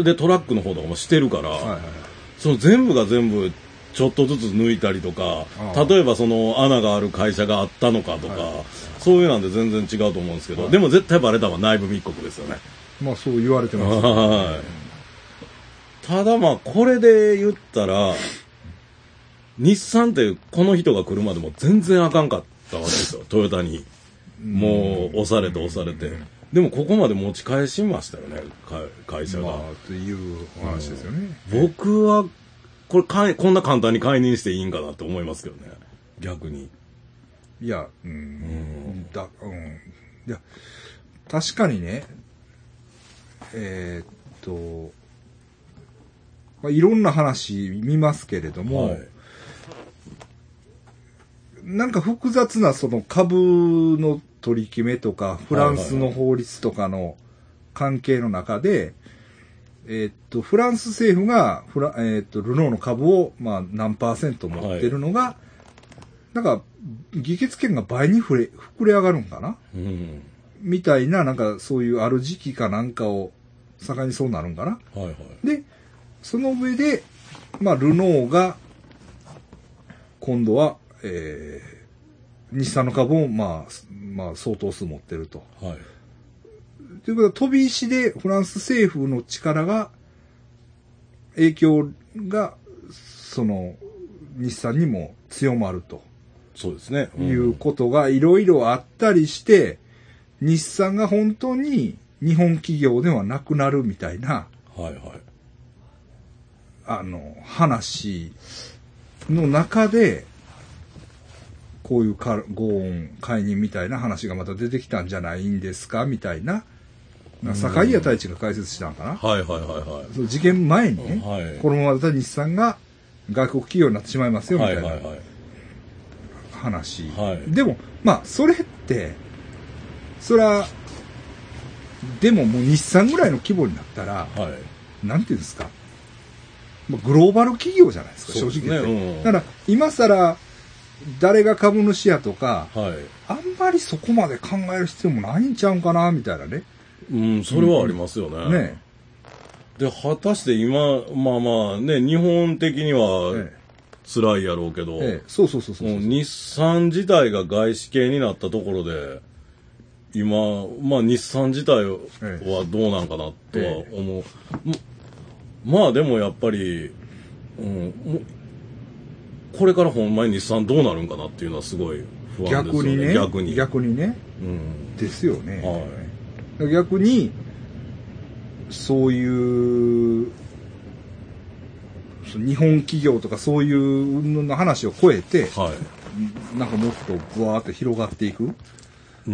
で、トラックの方とかもしてるから、はいはい、その全部が全部、ちょっとずつ抜いたりとか、例えばその穴がある会社があったのかとか、はい、そういうなんで全然違うと思うんですけど、はい、でも絶対バレたのは内部密告ですよね。 まあそう言われてます、ね。 はい。ただまあこれで言ったら、日産ってこの人が来るまでも全然あかんかったわけですよ、トヨタに。もう押されて押されて。でもここまで持ち返しましたよね、会社が。まあ、 という話ですよね。 僕は、これかい、こんな簡単に解任していいんかなって思いますけどね。逆に。 いや、うん。うん、だ、うん。いや、確かにね、えー、っと、まあ、いろんな話見ますけれども、はい、なんか複雑なその株の取り決めとか、フランスの法律とかの関係の中で、えー、っと、フランス政府がフラ、えー、っと、ルノーの株を、まあ、何パーセント持ってるのが、はい、なんか、議決権が倍に膨れ、膨れ上がるんかな、うん、みたいな、なんか、そういうある時期かなんかを、盛んにそうなるんかな、はいはい、で、その上で、まあ、ルノーが、今度は、えー、日産の株を、まあ、まあ、相当数持ってると。はい。ということは、飛び石でフランス政府の力が、影響が、その、日産にも強まると。 そうですね。 うん、いうことがいろいろあったりして、日産が本当に日本企業ではなくなるみたいな、はいはい。あの、話の中で、こういうゴーン解任みたいな話がまた出てきたんじゃないんですかみたいな。坂井谷太一が解説したのかな、はいはいはいはい。その事件前にね、はい、このままだったら日産が外国企業になってしまいますよみたいな話。はいはいはい、でも、まあ、それって、それは、でももう日産ぐらいの規模になったら、はい、なんていうんですか、グローバル企業じゃないですか、正直言って。ねうん、だから、今更、誰が株主やとか、はい、あんまりそこまで考える必要もないんちゃうんかな、みたいなね。 うん、それはありますよね。うん、ねで、果たして今、まあまあね、日本的には辛いやろうけど、ええ、 そうそうそうそうそう。 日産自体が外資系になったところで、 今、まあ日産自体はどうなんかなとは思う。ええ、まあでもやっぱり、うん、これからほんまに日産どうなるんかなっていうのはすごい不安ですよね。 逆にね。逆に。逆にね。うん。ですよね。はい。逆に、そういう、日本企業とかそういうの話を超えて、はい、なんかもっとブワーって広がっていく。うん。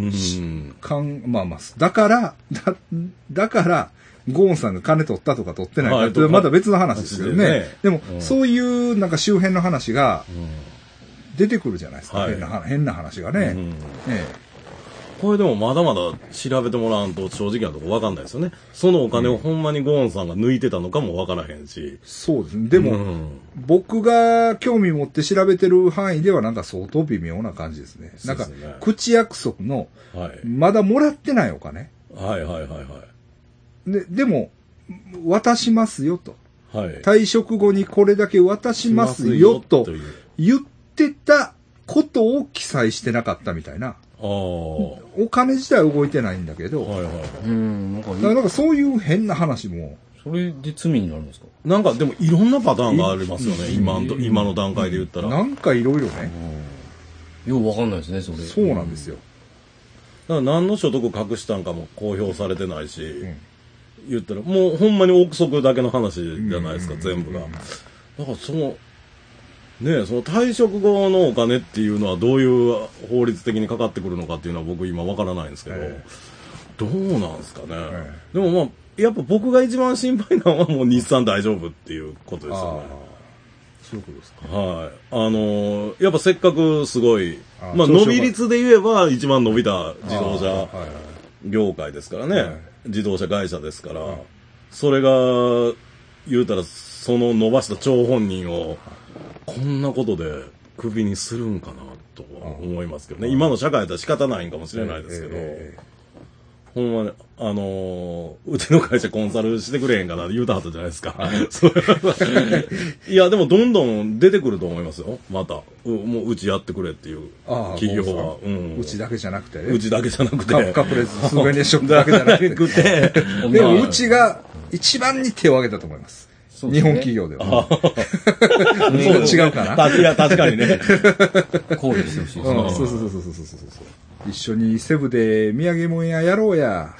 かん、まあまあ、だから、だ、だから、ゴーンさんが金取ったとか取ってないかって、また別の話ですけどね。ねでも、うん、そういうなんか周辺の話が出てくるじゃないですか。うん、変な、変な話がね。うん、ねこれでもまだまだ調べてもらわんと正直なとこ分かんないですよね。そのお金をほんまにゴーンさんが抜いてたのかも分からへんし。 そうですね。でも、うん、僕が興味持って調べてる範囲ではなんか相当微妙な感じですね。なんか、口約束の、はい、まだもらってないお金。 はいはいはいはい。 で、でも、渡しますよと。はい。退職後にこれだけ渡しますよと言ってたことを記載してなかったみたいな。ああ。お金自体は動いてないんだけど。はいはい。うん。なんか、だからなんかそういう変な話も。 それで罪になるんですか？ なんかでもいろんなパターンがありますよね。今の、今の段階で言ったら。 なんかいろいろね。 ようわかんないですね、それ。 そうなんですよ。 だから何の所得隠したんかも公表されてないし。うん、言ったら、もうほんまに憶測だけの話じゃないですか、全部が。だからその、ねえ、その退職後のお金っていうのはどういう法律的にかかってくるのかっていうのは僕今わからないんですけど、えー、どうなんですかね。えー、でもまあ、やっぱ僕が一番心配なのはもう日産大丈夫っていうことですよね。 そういうことですか。 はい。あのー、やっぱせっかくすごい、あまあ伸び率で言えば一番伸びた自動車業界ですからね。はい、自動車会社ですから、うん、それが言うたらその伸ばした張本人をこんなことでクビにするんかなとは思いますけどね、うん、今の社会だったら仕方ないんかもしれないですけど、えーえー、ほんまにあのー、うちの会社コンサルしてくれへんかな言うたはったじゃないですか、はい、いやでもどんどん出てくると思いますよまたうもううちやってくれっていう企業は、 うん、うちだけじゃなくてねうちだけじゃなくてカプレススーベニアショップだけじゃなくてでもうちが一番に手を挙げたと思います、ね、日本企業では違うかないや確かにね考慮してほしいですね、 うん、そうそうそうそうそうそうそう一緒にセブで土産物屋やろうや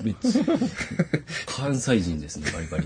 関西人ですねバリバ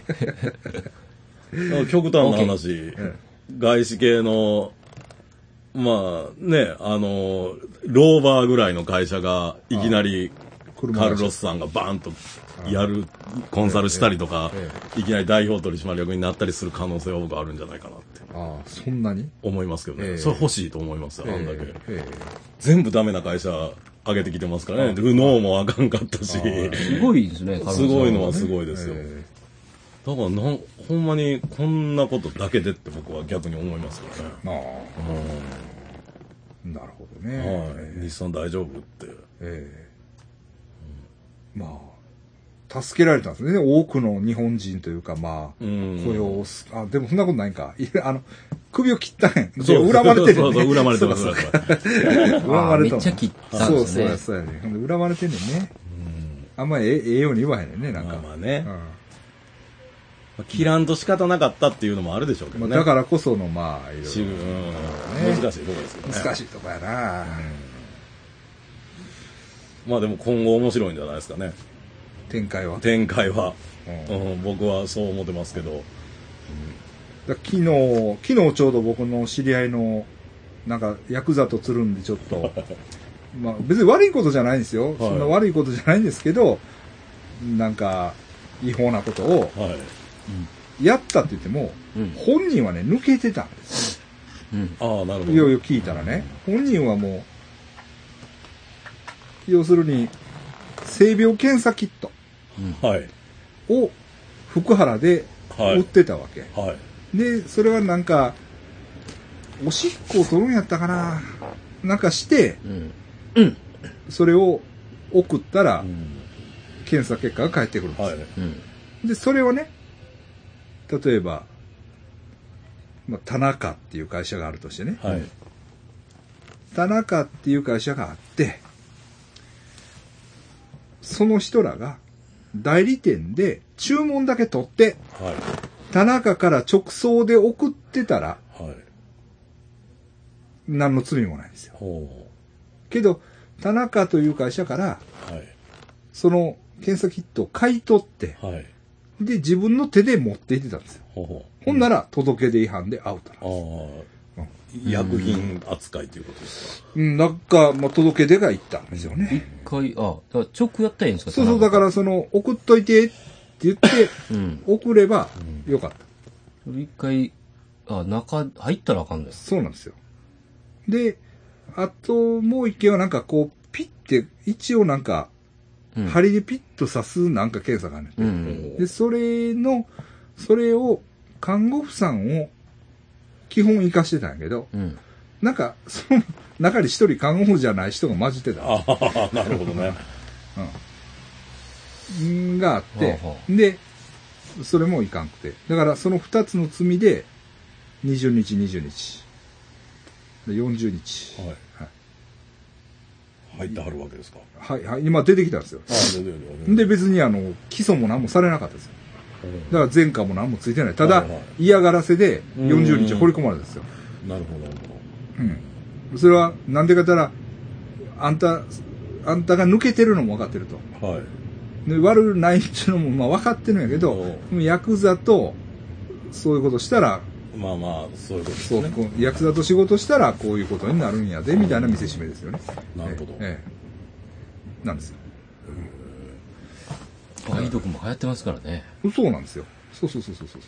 リ極端な話外資系のまあねあのローバーぐらいの会社がいきなりカルロスさんがバーンとやるコンサルしたりとかいきなり代表取締役になったりする可能性は僕あるんじゃないかなってああそんなに思いますけどね、えー、それ欲しいと思いますよ、えー、あんだけ、えー、全部ダメな会社上げてきてますからねルノーもあかんかったしすごいですねすごいのはすごいですよ、えー、だからなんほんまにこんなことだけでって僕は逆に思いますよねああ、 うん、なるほどね、 はい、日産大丈夫って、えーうん、まあ助けられたんですね。多くの日本人というか、まあ、雇用を、あ、でもそんなことないんか。いや、あの、首を切ったんや。そう、恨まれてる、ね。 そうそう、恨まれてます。 恨まれてる。めっちゃ切ったんですね。 そうそう、そうやね。恨まれてんねんね。あんまりええように言わへんねんね、なんか。 まあまあね。うん、切らんと仕方なかったっていうのもあるでしょうけどね。 まあ、だからこその、まあ、いろいろ、 ね。難しいところですけどね。 難しいとこやな、うん、 まあでも今後面白いんじゃないですかね。 展開は展開は、うんうん、僕はそう思ってますけど、うん、 だ昨日昨日ちょうど僕の知り合いのなんかヤクザとつるんでちょっとまあ別に悪いことじゃないんですよ、はい、そんな悪いことじゃないんですけどなんか違法なことをやったって言っても、うん、本人はね抜けてたんです、 うん、ああなるほどいよいよ聞いたらね本人はもう要するに性病検査キットを福原で売ってたわけ、はいはい、でそれはなんかおしっこを取るんやったかななんかして、うんうん、それを送ったら、うん、検査結果が返ってくるんです、はいうん、でそれをね例えば、まあ、田中っていう会社があるとしてね、はい、田中っていう会社があってその人らが代理店で注文だけ取って、はい、田中から直送で送ってたら、はい、何の罪もないんですよ。けど田中という会社から、はい、その検査キットを買い取って、はい、で自分の手で持って行ってたんですよ。ほうほう、ほんなら届け出違反でアウトなんです。 医薬品扱いということですか。 うん、なんか、まあ、届け出が行ったんですよね。 一回、あ、だから直やったらいいんですか。 そうそう、だからその、送っといてって言って、うん、送ればよかった。 うん、一回、あ、中、入ったらあかんです。 そうなんですよ。で、あと、もう一件はなんかこう、ピッて、一応なんか、うん、針でピッと刺すなんか検査があるんで、うん、で、それの、それを、看護婦さんを、基本活かしてたんやけど、うん、なんか、その中に一人看護婦じゃない人が混じってた。 ああ、なるほどね。 うん。があって、はあはあ、で、それもいかんくて。だからその二つの罪で、にじゅうにち、にじゅうにち。よんじゅうにち。はい。はい入ってはるわけですか。 はい、はい。今出てきたんですよ。あ出てるで、別にあの、起訴も何もされなかったですよ。だから前科も何もついてない。ただ、はいはい、嫌がらせでよんじゅうにち掘り込まれたんですよ。 なるほど、なるほど。うん。それは、なんでかったら、あんた、あんたが抜けてるのも分かってると。はい。で、悪ないっていうのも、まあ分かってるんやけど、ヤクザと、そういうことしたら、 まあまあ、そういうことですね。 そう、ヤクザと仕事したら、こういうことになるんやで、みたいな見せしめですよね。 なるほど。 ええ。なんですよ。 梅毒も流行ってますからね。 そうなんですよ。そうそうそうそうそうそう。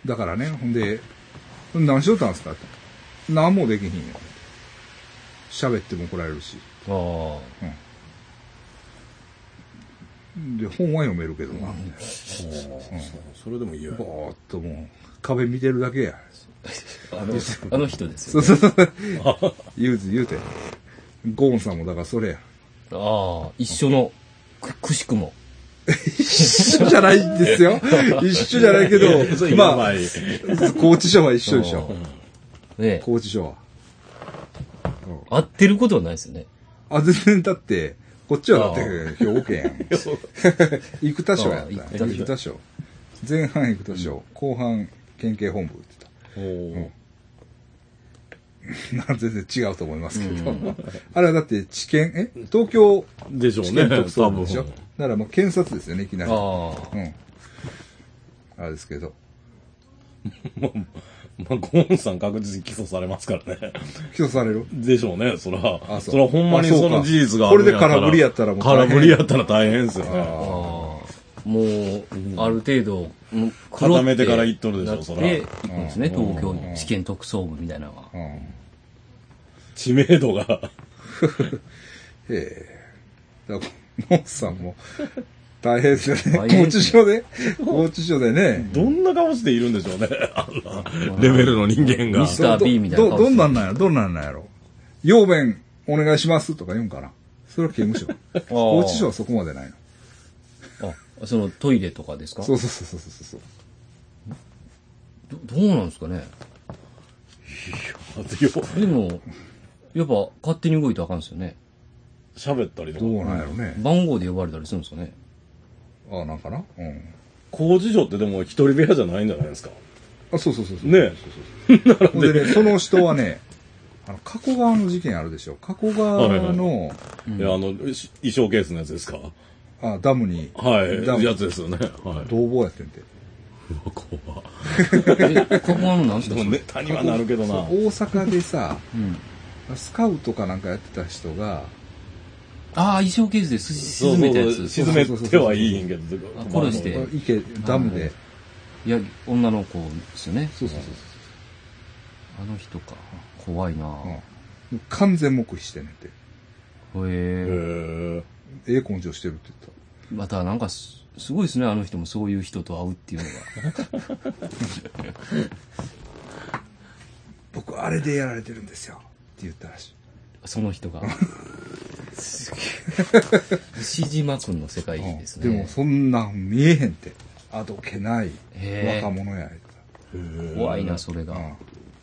だからね、ほんで、何しよったんですかって。何もできひんよ。喋っても怒られるし。ああ。うん。で、本は読めるけどな。うん。 それでもいいよ。 ぼーっともう、壁見てるだけや。 あの、あの人ですよ、ね。 そうそうそう。言うて、言うて。ゴーンさんもだからそれや。 ああ、一緒の、く、くしくも。 一緒じゃないんですよ。一緒じゃないけど、まあ、拘置所は一緒でしょ。ね、拘置所は。 合ってることはないですよね。 あ、全然だって、こっちはだって兵庫県やん。生田署やった。生田署。前半生田署、後半県警本部って言った。全然違うと思いますけど。あれはだって知見、え東京でしょうね。 知見特捜部でしょ。だからもう検察ですよね、いきなり。ああ。うん。あれですけど。 まあ、まあ、ゴーンさん確実に起訴されますからね。 起訴されるでしょうね、そら。あ、そらほんまにその事実があるんやったら。これで空振りやったらもう空振りやったら大変ですよね。ああ。 もう、ある程度、 固めてから言っとるでしょ、そら。 で、そうですね、東京地検特捜部みたいなのが。 知名度が。 へえ。だから、モンさんも、大変ですよね。拘置所で、拘置所でね。 どんな顔しているんでしょうね、あんなレベルの人間が。 ミスター B みたいな顔して。ど、どんなんなんやろどんなんなんやろ要弁お願いしますとか言うんかなそれは刑務所。拘置所はそこまでないの。 あ、そのトイレとかですか？ そうそうそうそうそう。 ど, どうなんですかね。いや、でも、やっぱ勝手に動いたらあかんですよね。 喋ったりとか。 どうなんやろね。 番号で呼ばれたりするんですかね。 ああ、なんかな。うん。 工事所ってでも一人部屋じゃないんじゃないですか。 あ、そうそうそうそう。 ねえ。そうそうそうでね、その人はね、あの、加古川の事件あるでしょ。加古川の、はいはい、 いや、あの、衣装ケースのやつですか。 あ、ダムに。 はい。ダムやつですよね。はい。 逃亡やってんて。 うわ、怖え、加古川の何ですか？ ネタにはなるけどな。 大阪でさ、うん、スカウトかなんかやってた人が、 ああ、衣装ケースで沈めたやつ。 沈めてはいいんけど、 殺して。 池、ダムで。 いや、女の子ですよね。 そうそうそう。 あの人か。怖いな、 うん、完全黙秘してんねんて。へえ。 ええ根性してるって言った。 またなんかす、すごいですね、あの人もそういう人と会うっていうのが。 僕、あれでやられてるんですよ。って言ったらしい。 その人が。牛島くんの世界ですね。 でも、そんなん見えへんって。あどけない若者や。 怖いな、それが。うん、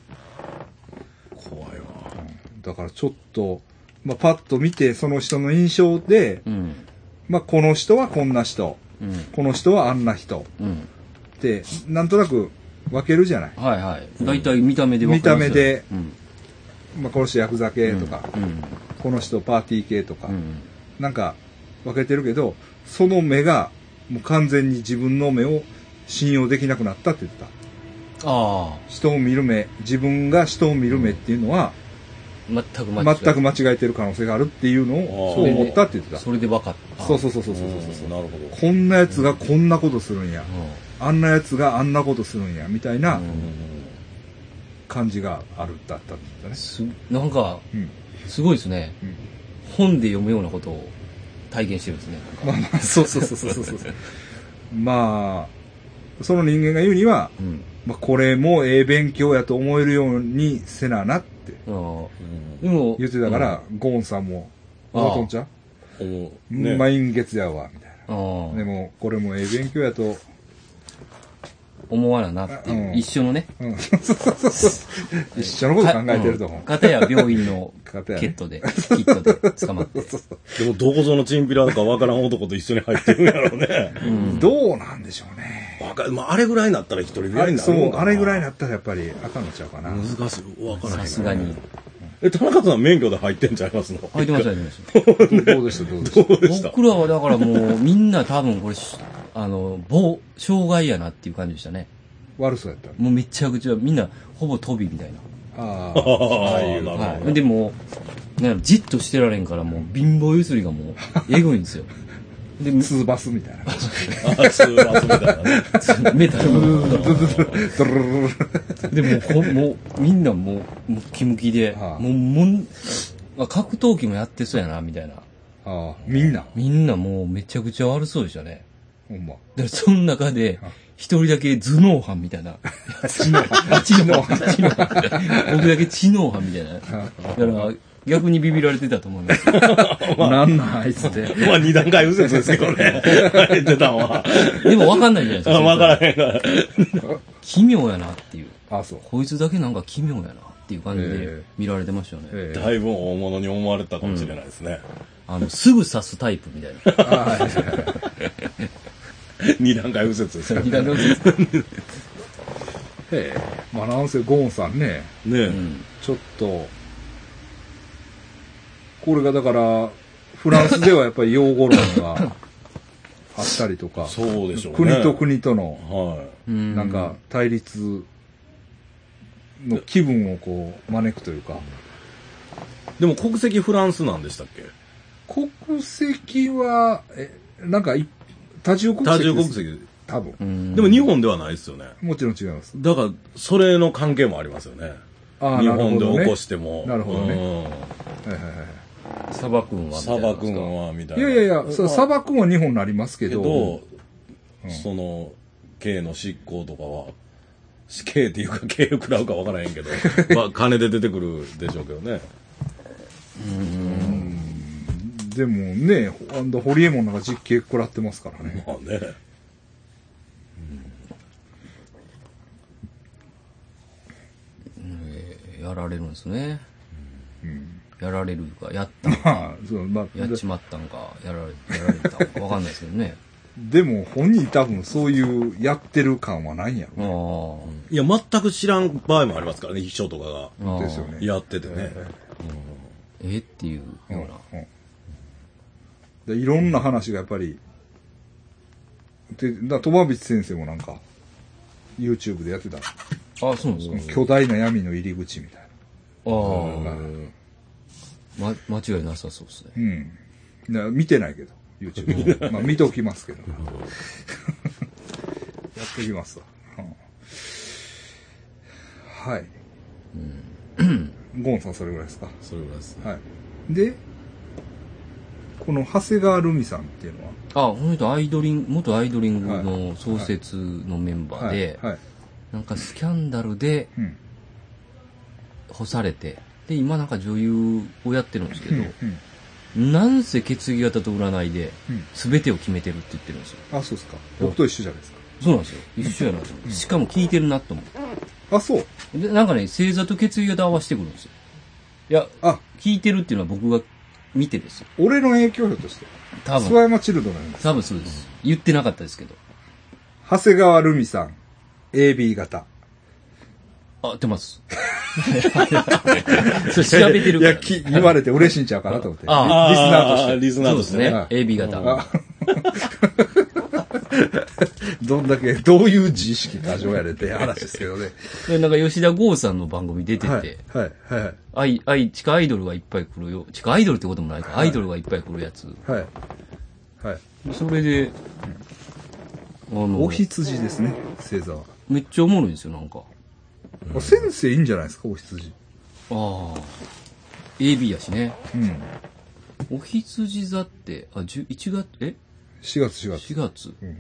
怖いわ、 うん。だからちょっと、まあ、パッと見て、その人の印象で、うん、 まあこの人はこんな人、うん、この人はあんな人、うん、ってなんとなく分けるじゃない。 はいはい。大体見た目で分かる。見た目で、うん、まあこの人ヤクザ系とか、うんうん、この人パーティー系とか、うん、なんか分けてるけど、その目がもう完全に自分の目を信用できなくなったって言ってた。ああ。人を見る目、自分が人を見る目っていうのは、 全く間違え全く間違えてる可能性があるっていうのをそう思ったって言ってた。 それで分かった。 そうそうそうそうそうそう。なるほど。こんなやつがこんなことするんや。うん、あんなやつがあんなことするんやみたいな感じがあるだったんだね。 すなんか、うん、すごいですね、うん。本で読むようなことを体現してるんですね。 まあまあそうそうそうそうそう。まあその人間が言うには、うん、まあこれもええ勉強やと思えるようにせななって。でも言ってたから、うん、ゴーンさんも「ああとんちゃん、ね、満月やわ」みたいな。でもこれもええ勉強やと思わななっていう、うん、一緒のね、うん、 一緒のこと考えてると思う。 片や病院のケットで、キットで捕まって。 でもどこぞのチンピラかわからん男と一緒に入ってるんやろうね。 うん、どうなんでしょうね。 わかまあ、あれぐらいになったら一人ぐらいになるのかな。そう、あれぐらいになったらやっぱりあかんのちゃうかな。 難しい。わからへん。 さすがに。 え、田中さん免許で入ってんちゃいますの？ 入ってました、入ってました。 どうでした、どうでした。 でした僕らはだからもうみんな多分これ、あの、棒、障害やなっていう感じでしたね。 悪そうやったもうめちゃくちゃみんなほぼ飛びみたいな。 ああ、ああいう。 はい。でも、なんじっとしてられんからもう貧乏ゆすりがもうえぐいんですよ。 で、ツーバスみたいな。 あ、ツーバスみたいなね。 メタルでもほ、もう、みんなもう、ムキムキで、はあ、もう、もん、格闘技もやってそうやな、みたいな。ああ、みんなみんなもうめちゃくちゃ悪そうでしたね。 ほんま。 で、その中で、一人だけ頭脳犯みたいな。知能犯。知能犯。知能犯。僕だけ知能犯みたいな。だから、逆にビビられてたと思います。 まあ、なんなんあいつで。 まあ二段階右折ですけどね。言ってたのは。 でも分かんないじゃないですか。 分からへんから。 奇妙やなっていう。 あ、そう。 こいつだけなんか奇妙やなっていう感じで見られてましたよね。 えー、だいぶ大物に思われたかもしれないですね。 うん、あの、すぐ刺すタイプみたいな。あ二段階右折ですか、ね。二段階右折。 へえ。まあなんせゴーンさんね。 ねえ、うん。 ちょっと、これがだから、フランスではやっぱり用語論があったりとか、 そうでしょうね。 国と国との、はい、なんか対立の気分をこう招くというか。 でも国籍フランスなんでしたっけ？ 国籍は、え、なんか多重国籍です。 多重国籍。 多分。 でも日本ではないですよね。 もちろん違います。 だから、それの関係もありますよね。あ、日本で起こしても。 なるほどね。はいはいはい。 サバ君はみたいな。 サバ君はみたいな。 いやいやいや、そうサバ君は日本になりますけど。けど、 うん、その、刑の執行とかは、死刑っていうか刑を食らうかわからへんけど、まあ金で出てくるでしょうけどね。 うんでもね、あんだホリエモンなんか実刑食らってますからね。 まあね。 うん、やられるんですね。うんやられるか、やったんか、まあそうまあ、やっちまったんか、やられ、やられたんか、わかんないですけどね。 でも、本人多分そういうやってる感はないんやろ、 ね。いや、全く知らん場合もありますからね、秘書とかが。 ですよね。 やっててね。 えーうん、えっていうような、うんうんで。いろんな話がやっぱり、で、だ鳥羽口先生もなんか、YouTube でやってた。 あ、そうなんですか。巨大な闇の入り口みたいな。ああ。 ま、間違いなさそうですね。うん。見てないけど、YouTube。まあ見ておきますけど。やっておきますわ。うん、はい。うん、ゴンさんそれぐらいですか？ それぐらいです、ね。 はい。で、この長谷川ルミさんっていうのはあ、この人アイドリング、元アイドリングの創設のメンバーで、はいはいはい、なんかスキャンダルで干されて、で今なんか女優をやってるんですけど、うんうん、なんせ血液型と占いで全てを決めてるって言ってるんですよ。 あ、そうですか。僕と一緒じゃないですか。 そうなんですよ。一緒やなと思って。しかも聞いてるなと思って。 あ、そう。 でなんかね、星座と血液型合わせてくるんですよ。いや、あ、聞いてるっていうのは僕が見てですよ。 俺の影響力として。 多分。 諏訪山チルドレンです。 多分そうです。言ってなかったですけど。 長谷川ルミさん、エービー 型。 あ、出ます。それ調べてるから、ね。 いや、言われて嬉しいんちゃうかなと思って。 あリスナーとして。 リスナーとしてね。 エービー 型。 どんだけ、どういう自意識過剰やれって話ですけどね。 で、なんか吉田剛さんの番組出てて、はい、 はい、はい。 アイ、アイ、地下アイドルがいっぱい来るよ。地下アイドルってこともないか、はい、アイドルがいっぱい来るやつ。 はい。はい。 それで、 うん、あの、お羊ですね、星座は。 めっちゃおもろいんですよ、なんか。 うん、先生いいんじゃないですか、お羊。 ああ。エービー やしね。 うん。 お羊座って、あ、いちがつ、え ? しがつ、しがつ。 しがつ。うん。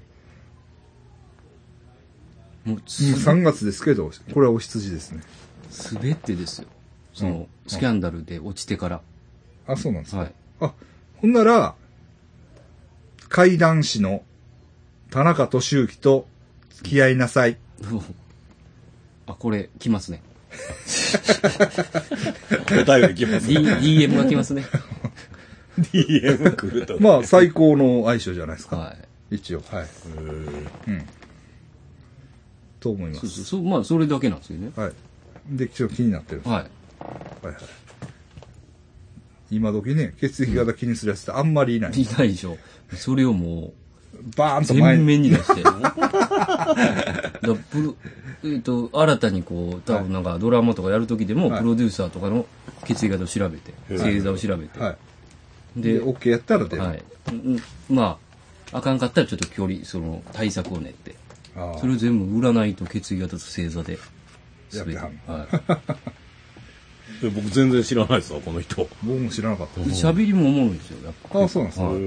もうさんがつですけど、これはお羊ですね。 すべてですよ。その、うん、スキャンダルで落ちてから。 あ、そうなんですか。 はい。 あ、ほんなら、怪談師の田中俊之と付き合いなさい。 あ、これ、来ますね。 答えが来ますね。D、ディーエム が来ますね。 ディーエム 来ると。 まあ、最高の相性じゃないですか。 はい。 一応、はい。うん。と思います。 そうそうそう、まあ、それだけなんですよね。 はい。で、ちょっと気になってる。 はい。 はいはい。今時ね、血液型気にするやつってあんまりいない。 いないでしょ。それをもう、 バーンと前全面に出して。だプロえっと、新たにこう、多分なんかドラマとかやるときでも、プロデューサーとかの血液型を調べて、星座を調べて。 はい。で、OK やったら出る。 はい。まあ、あかんかったらちょっと距離、その、対策を練って。それを全部占いと血液型と星座で。 やってはん。 はい。 僕全然知らないですわ、この人。 僕も知らなかった。 喋りもおもろいんですよ、やっぱ。 ああ、そうなんですか。はい、うん。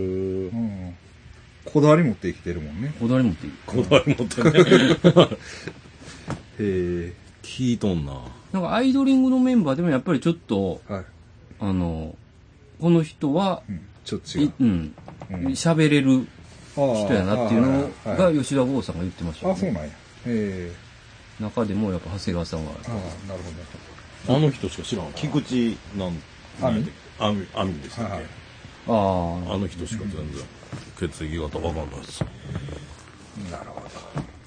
こだわり持って生きてるもんね。 こだわり持ってこだわり持ってね。 へえ。 聞いとんな。 なんかアイドリングのメンバーでもやっぱりちょっと、はい、あの、この人は、 うん、ちょっと違う。 うん。喋、うん、れる人やなっていうのが吉田剛さんが言ってましたね。 あ、そうなんや。へえ。 中でもやっぱ長谷川さんは。 ああ、なるほど。あの人しか知らん。菊池なん、 あみあみ、あみですね。ああ。 あの人しか全然、血液型わかんないです。 なるほど。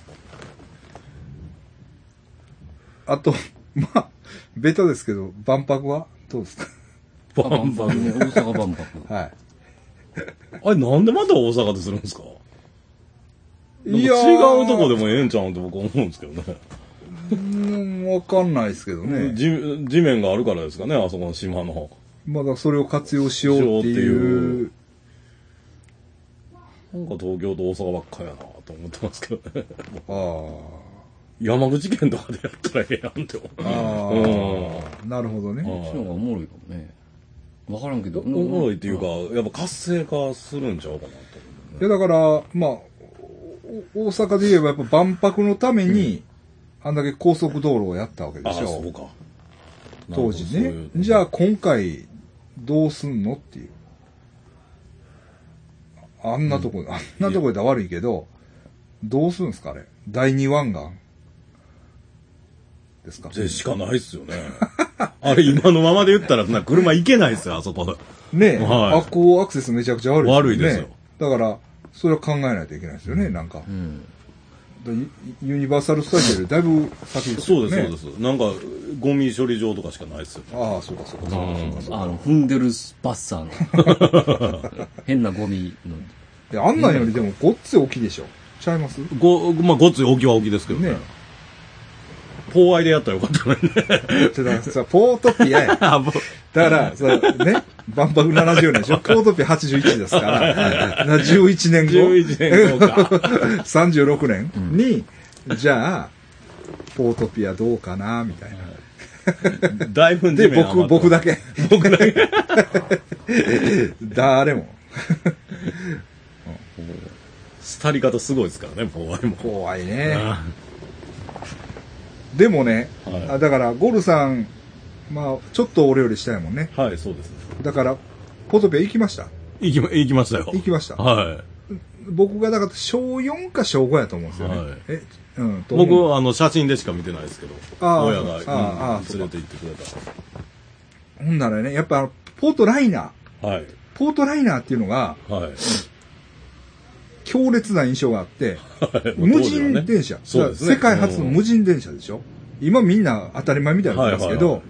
あと、まあ、ベタですけど、万博はどうですか？ 万博ね、大阪万博。 はい。 あれ、なんでまた大阪でするんですか？いや違うとこでもええんちゃうんって僕思うんですけどね。 うん、わかんないですけどね。 地、地面があるからですかね、あそこの島の。 まだそれを活用しようっていう。 なんか東京と大阪ばっかやなと思ってますけどね。 ああ。 山口県とかでやったらええやんって思う。 ああ。なるほどね。 そっちの方がおもろいかもね。わからんけど。 おもろいっていうか、やっぱ活性化するんちゃうかなと思う、ね。いやだから、まあ、大阪で言えばやっぱ万博のために、あんだけ高速道路をやったわけでしょ。 ああ、そうか。 当時ね。じゃあ今回どうすんのっていう。あんなとこ、うん、あんなとこで悪いけど、どうするんですかあれ。第二湾岸ですか。 でしかないっすよね。あれ今のままで言ったらな車行けないっすよ、あそこ。 ねえ、はい、あこうアクセスめちゃくちゃ悪いですよね。 悪いですよ。 だから、それを考えないといけないですよね、なんか。 うんユニバーサルスタジオよりだいぶ先ですよね。 そうです、そうです。なんか、ゴミ処理場とかしかないですよ。 ああ、そうか、そうか、そうか、そうか。そうかあの、フンデルスバッサーの。変なゴミの。 いや、あんなんよりでもごっつい大きいでしょ。ちゃいます？ ご、まあ、ごっつい大きいは大きいですけどね。ねポーアイでやったらよかったのにね。 ちょっとさ、ポートピアや。だから、さ、ね、万博ななじゅうねんでしょ。ポートピアはちじゅういちですから、じゅういちねんご。 じゅういちねんごか。 さんじゅうろくねんに、うん、じゃあ、ポートピアどうかな、みたいな。 だいぶで、僕、僕だけ。 僕だけ。 誰も。 廃り方すごいですからね、ポーアイも。 ポーアイね。でもね、はい、だから、ゴルさん、まあ、ちょっと俺より下やもんね。 はい、そうです。 だから、ポートピア行きました？ 行きま、行きましたよ。 行きました。 はい。 僕がだから、小よんか小ごやと思うんですよね。はい、え、うん。 僕は、あの、写真でしか見てないですけど、親が、ああ、連れて行ってくれた。 ほんならね、やっぱ、ポートライナー。 はい、 ポートライナーっていうのが、はい、強烈な印象があって、無人電車、ねね、世界初の無人電車でしょ。今みんな当たり前みたいになってますけど、はいはいはい、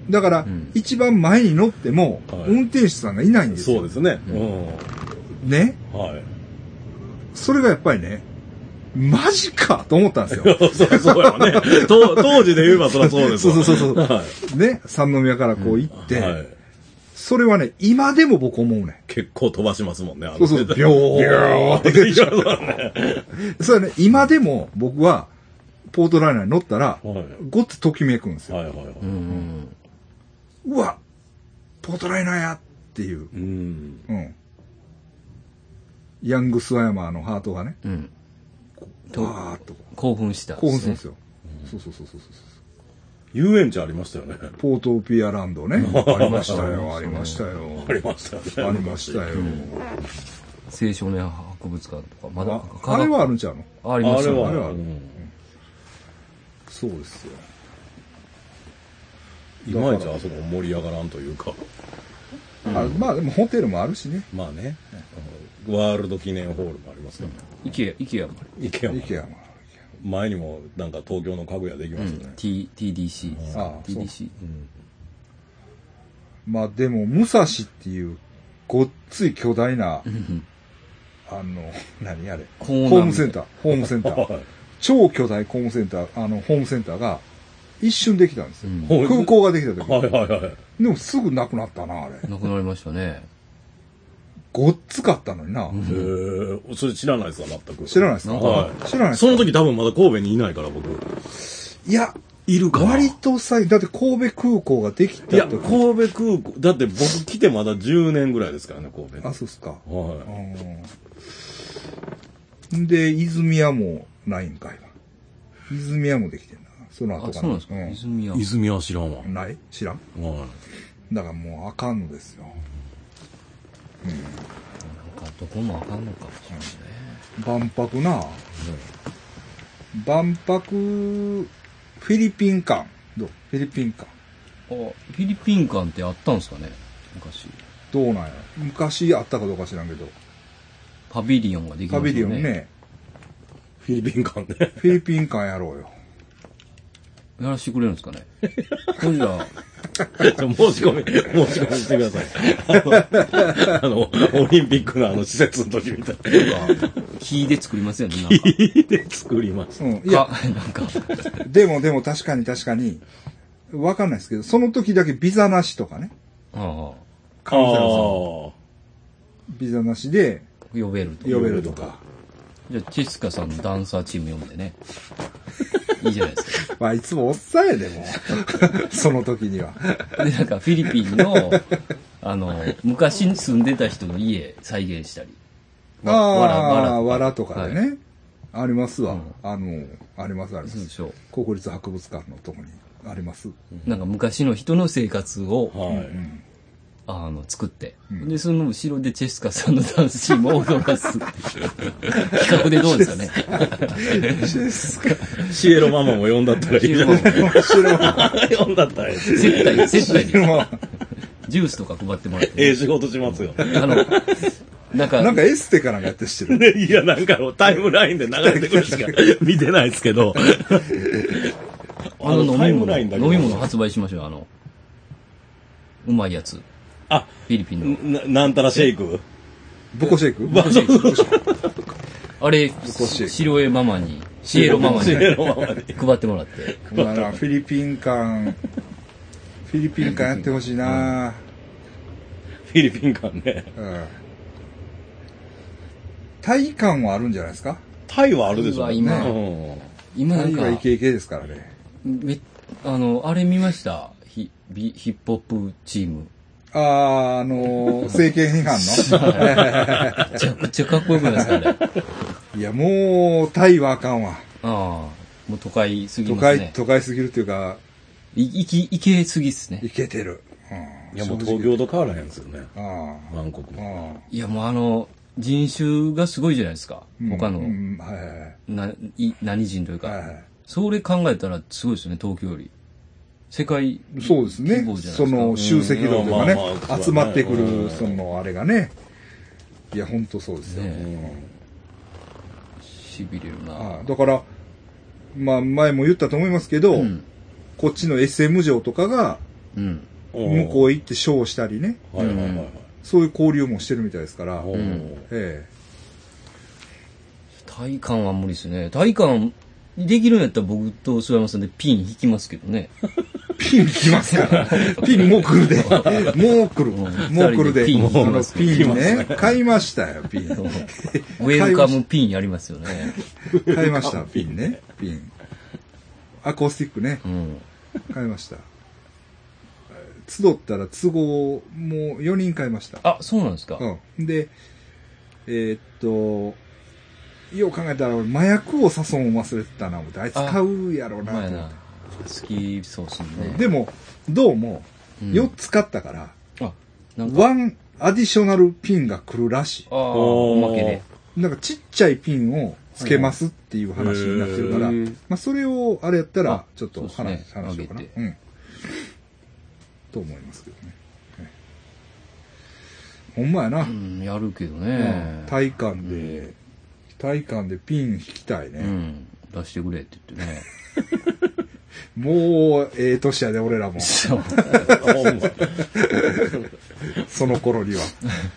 だから、うん、一番前に乗っても、運転手さんがいないんですよ。 そうですね。 うん、ね、はい。それがやっぱりね、マジかと思ったんですよ。 そうそうやね。当時で言えばそりゃそうです。 そうそうそうそう。はい、ね、三宮からこう行って、うんはい、それはね、今でも僕思うね。 結構飛ばしますもんね。 そうそう、ビョーって出てきた。それはね、今でも僕は、ポートライナーに乗ったら、はい、ごっつときめくんですよ。はいはいはい、うん、うわ、ポートライナーやっていう。うん、うん、ヤングスワヤマーのハートがね、うん、 わーっと興奮したんですね。興奮するんですよ。うん、そうそうそうそうそう。 遊園地ありましたよね。 ポートピアランドね。ありましたよ、ありましたよ。 ありましたよね。ありましたよ。 青少年博物館とか、まだあ、あれはあるんちゃうの？ ありましたね。 あれはある。うん、そうですよ。 いまいちあそこ盛り上がらんというか。 うん、あまあでもホテルもあるしね。 まあね。ワールド記念ホールもありますからね。 イケア、イケアもある。イケアも。 イケアも。 前にもなんか東京の家具屋できますよね。うん、 T、ティーディーシー。ああ、ティーディーシー。うん、 まあでも、武蔵っていうごっつい巨大な、あの、何あれ。ホームセンター。ホームセンター。超巨大ホームセンター、あの、ホームセンターが一瞬できたんですよ。うん、空港ができた時。はいはいはい。でもすぐなくなったな、あれ。 なくなりましたね。 ごっつかったのにな。へえ、それ知らないですか、全く。 知らないですか、はい、知らないですか。その時多分まだ神戸にいないから、僕。 いや、いるかな。割とさ、だって神戸空港ができた時。いや、 神戸空港、だって僕来てまだじゅうねんぐらいですからね、神戸に。 あ、そうっすか。はい。んで、泉屋もないんかいな。泉屋もできてんだな。その後かな。 そうなんですか、うん、泉屋。 泉屋知らんわ。 ない知らんはい。だからもうあかんのですよ。 うん。なんかどこもあかんのかもしれないね。 万博な、うん、万博、フィリピン館。どうフィリピン館。あ、 フィリピン館ってあったんですかね昔。 どうなんや昔あったかどうか知らんけど。 パビリオンができましたね。 パビリオンね。 フィリピン館ね。 フィリピン館やろうよ。 やらしてくれるんですかね。それじゃあ。 申し込み、申し込みしてください。あの、オリンピックのあの施設の時みたいな。 火で作りますよね、なんか。火で作ります。うん。 いや、なんか。でもでも確かに確かに、わかんないですけど、その時だけビザなしとかね。ああ。可能性あるさ。ビザなしで、 呼べると。 呼べるとか。 じゃあ、チェスカさんのダンサーチーム呼んでね。いいじゃないですか。 まあ、いつもおっさんやでも。その時には。 で、なんかフィリピンの、あの、昔に住んでた人の家再現したり。 ああ、わらとかでね。はい、ありますわ。うん、あの、ありますあります。そうでしょう。国立博物館のとこにあります。 なんか昔の人の生活を、はい、うんあの、作って、うん。で、その後ろでチェスカさんのダンスチームを踊らす。企画でどうですかね。 チェスカ。シエロママも呼んだったらいいじゃないですか。呼んだったらいい。 接待、接待に。ジュースとか配ってもらって、 ね。ええ仕事しますよ。あの、 なんか。なんかエステかなんかやってしてる。 ね、いや、なんかタイムラインで流れてくるしか見てないですけど。 あの飲み物、飲み物発売しましょう、あの、うまいやつ。 あ、 フィリピンの。な、なんたらシェイクブコシェイクブコシェイク。 あれ、白江ママに、シエロママに配ってもらって。 まあ、フィリピン館、フィリピン館やってほしいな、うん、 フィリピン館ね。うん。 タイ館はあるんじゃないですかタイはあるでしょうね。 今、今なんか。 タイはイケイケですからね。 め、あの、あれ見ましたヒヒップホップチーム。 ああ、あのー、政権批判のめちゃくちゃかっこよくないですかね。 いや、もう、タイはあかんわ。ああ、もう都会すぎますね。 都会、都会すぎるっていうか、 い、いき、いけすぎっすね。 いけてる。 うん、いや、もう東京と変わらへんですよね。ああ。バンコクも。 いや、もうあの、人種がすごいじゃないですか。うん、他の、うん、はいはいはい。な、い、何人というか。はいはい。それ考えたらすごいですよね、東京より。 世界そうですね。その集積度というかね、 まあまあ集まってくる、そのあれがね。いや、ほんとそうですよ。ね、 しびれるな。 ああだから、まあ前も言ったと思いますけど、うん、こっちの エスエム 城とかが、うん、向こう行ってショーしたりね、はいはいはいはい、そういう交流もしてるみたいですから、うんええ、 体感は無理ですね。体感できるんやったら僕と諏訪山さんでピン引きますけどね。 ピン引きますからピンもう来るで。もう来る。もう来るで。 ピンあのピンね。買いましたよ、ピン。ウェルカムピンやりますよね。 買いました、ピンね。ピン。アコースティックね。うん、買いました。集ったら都合、もうよにん買いました。 あ、そうなんですか。 うん。で、えー、っと、よう考えたら麻薬を誘うの忘れてたな思って、あいつ買うやろうなと思って。 好きそうっすね。 でも、どうも、よっつ買ったから、うん、あなんかワンアディショナルピンが来るらしい。ああ、 おまけで。 なんかちっちゃいピンをつけますっていう話になってるから、まあそれをあれやったら、ちょっと話、ね、話しようかな。うん。と思いますけどね。ほんまやな。 うん、やるけどね。 うん、体感で、体感でピン引きたいね。 うん。出してくれって言ってね。 もう、ええ年やで、俺らも。そう。その頃には。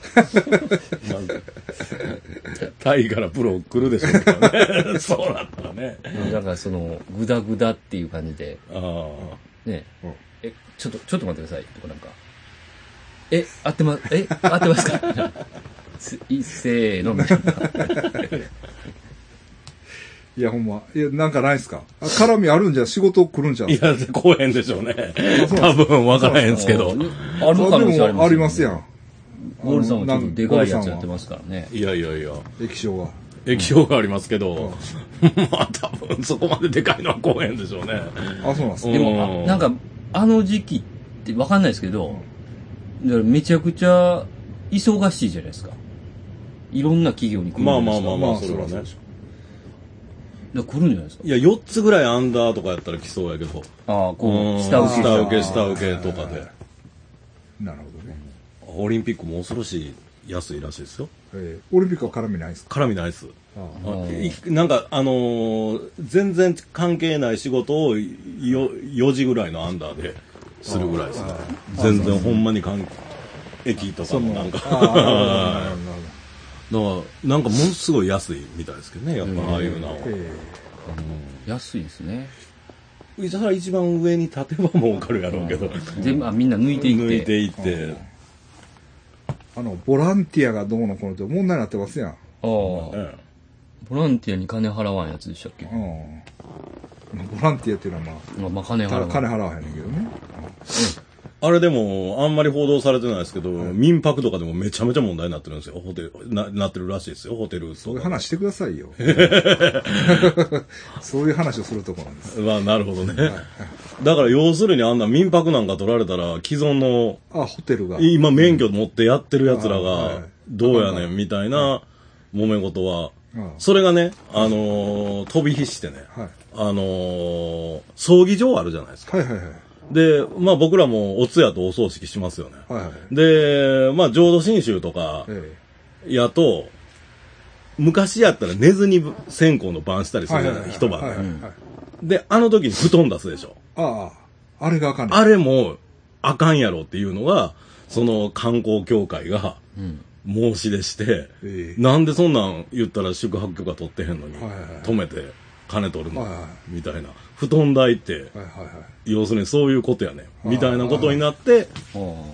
タイからプロ来るでしょうからね。そうなったらね。 だからその、グダグダっていう感じで。ああ。ね、うん、え、ちょっと、ちょっと待ってください。とかなんか。え、合ってます、え、合ってますかいせーの、みたいな。 いや、ほんま。いや、なんかないっすか絡みあるんじゃ、仕事来るんじゃん。 いや、来へんでしょうね。多分分からへんすけど。 ある可能性あります、 ね、ありますやん。 ゴールさんはちょっとでかいやつやってますからね。 いやいやいや。 液晶が。 液晶がありますけど、うん、まあ多分そこまででかいのは来へんでしょうね。 あ、そうなんですか。 でも、なんか、あの時期って分かんないですけど、だからめちゃくちゃ忙しいじゃないですか。いろんな企業に来るんじゃないですか。 まあまあまあまあ、それはね。 だ来るんじゃないですか。 いや、よっつぐらいアンダーとかやったら来そうやけど。 ああ、こう、下請け。 下請け、下請けとかで。 なるほどね。 オリンピックも恐ろしい安いらしいですよ。 えー、オリンピックは絡みないですか？ 絡みないです。あなんか、あのー、全然関係ない仕事をよよじぐらいのアンダーでするぐらいですね。全然ほんまに関駅とかもなんか。だからなんかものすごい安いみたいですけどね、やっぱああいうのは、えーうん、 安いですね。 それは一番上に立てば儲かるやろうけど、 全部あみんな抜いていって抜いていってあのボランティアがどうのこうのって問題になってますやん。ああ、 ボランティアに金払わんやつでしたっけ？あボランティアっていうのはまあ、 まあ、まあ金払わん金払わへんねんけどね、うんあれでも、あんまり報道されてないですけど、はい、民泊とかでもめちゃめちゃ問題になってるんですよ。ホテル、な、なってるらしいですよ、ホテル。 そういう話してくださいよ。そういう話をするとこなんです。 まあ、なるほどね。はい、だから、要するにあんな民泊なんか取られたら、既存の、 あ、ホテルが。 今免許持ってやってる奴らが、どうやねん、みたいな揉め事は、それがね、あのー、飛び火してね、はい、あのー、葬儀場あるじゃないですか。はいはいはい。で、まあ僕らもお通夜とお葬式しますよね。はいはい、で、まあ浄土真宗とか、やと、昔やったら寝ずに線香の番したりするじゃない、一晩で。で、あの時に布団出すでしょ。 ああ、あれがあかんねん。 あれもあかんやろっていうのが、その観光協会が申し出して、うん、なんでそんなん言ったら宿泊許可取ってへんのに、止めて金取るの、みたいな。布団代って、はいはいはい、要するにそういうことやねんみたいなことになって、あ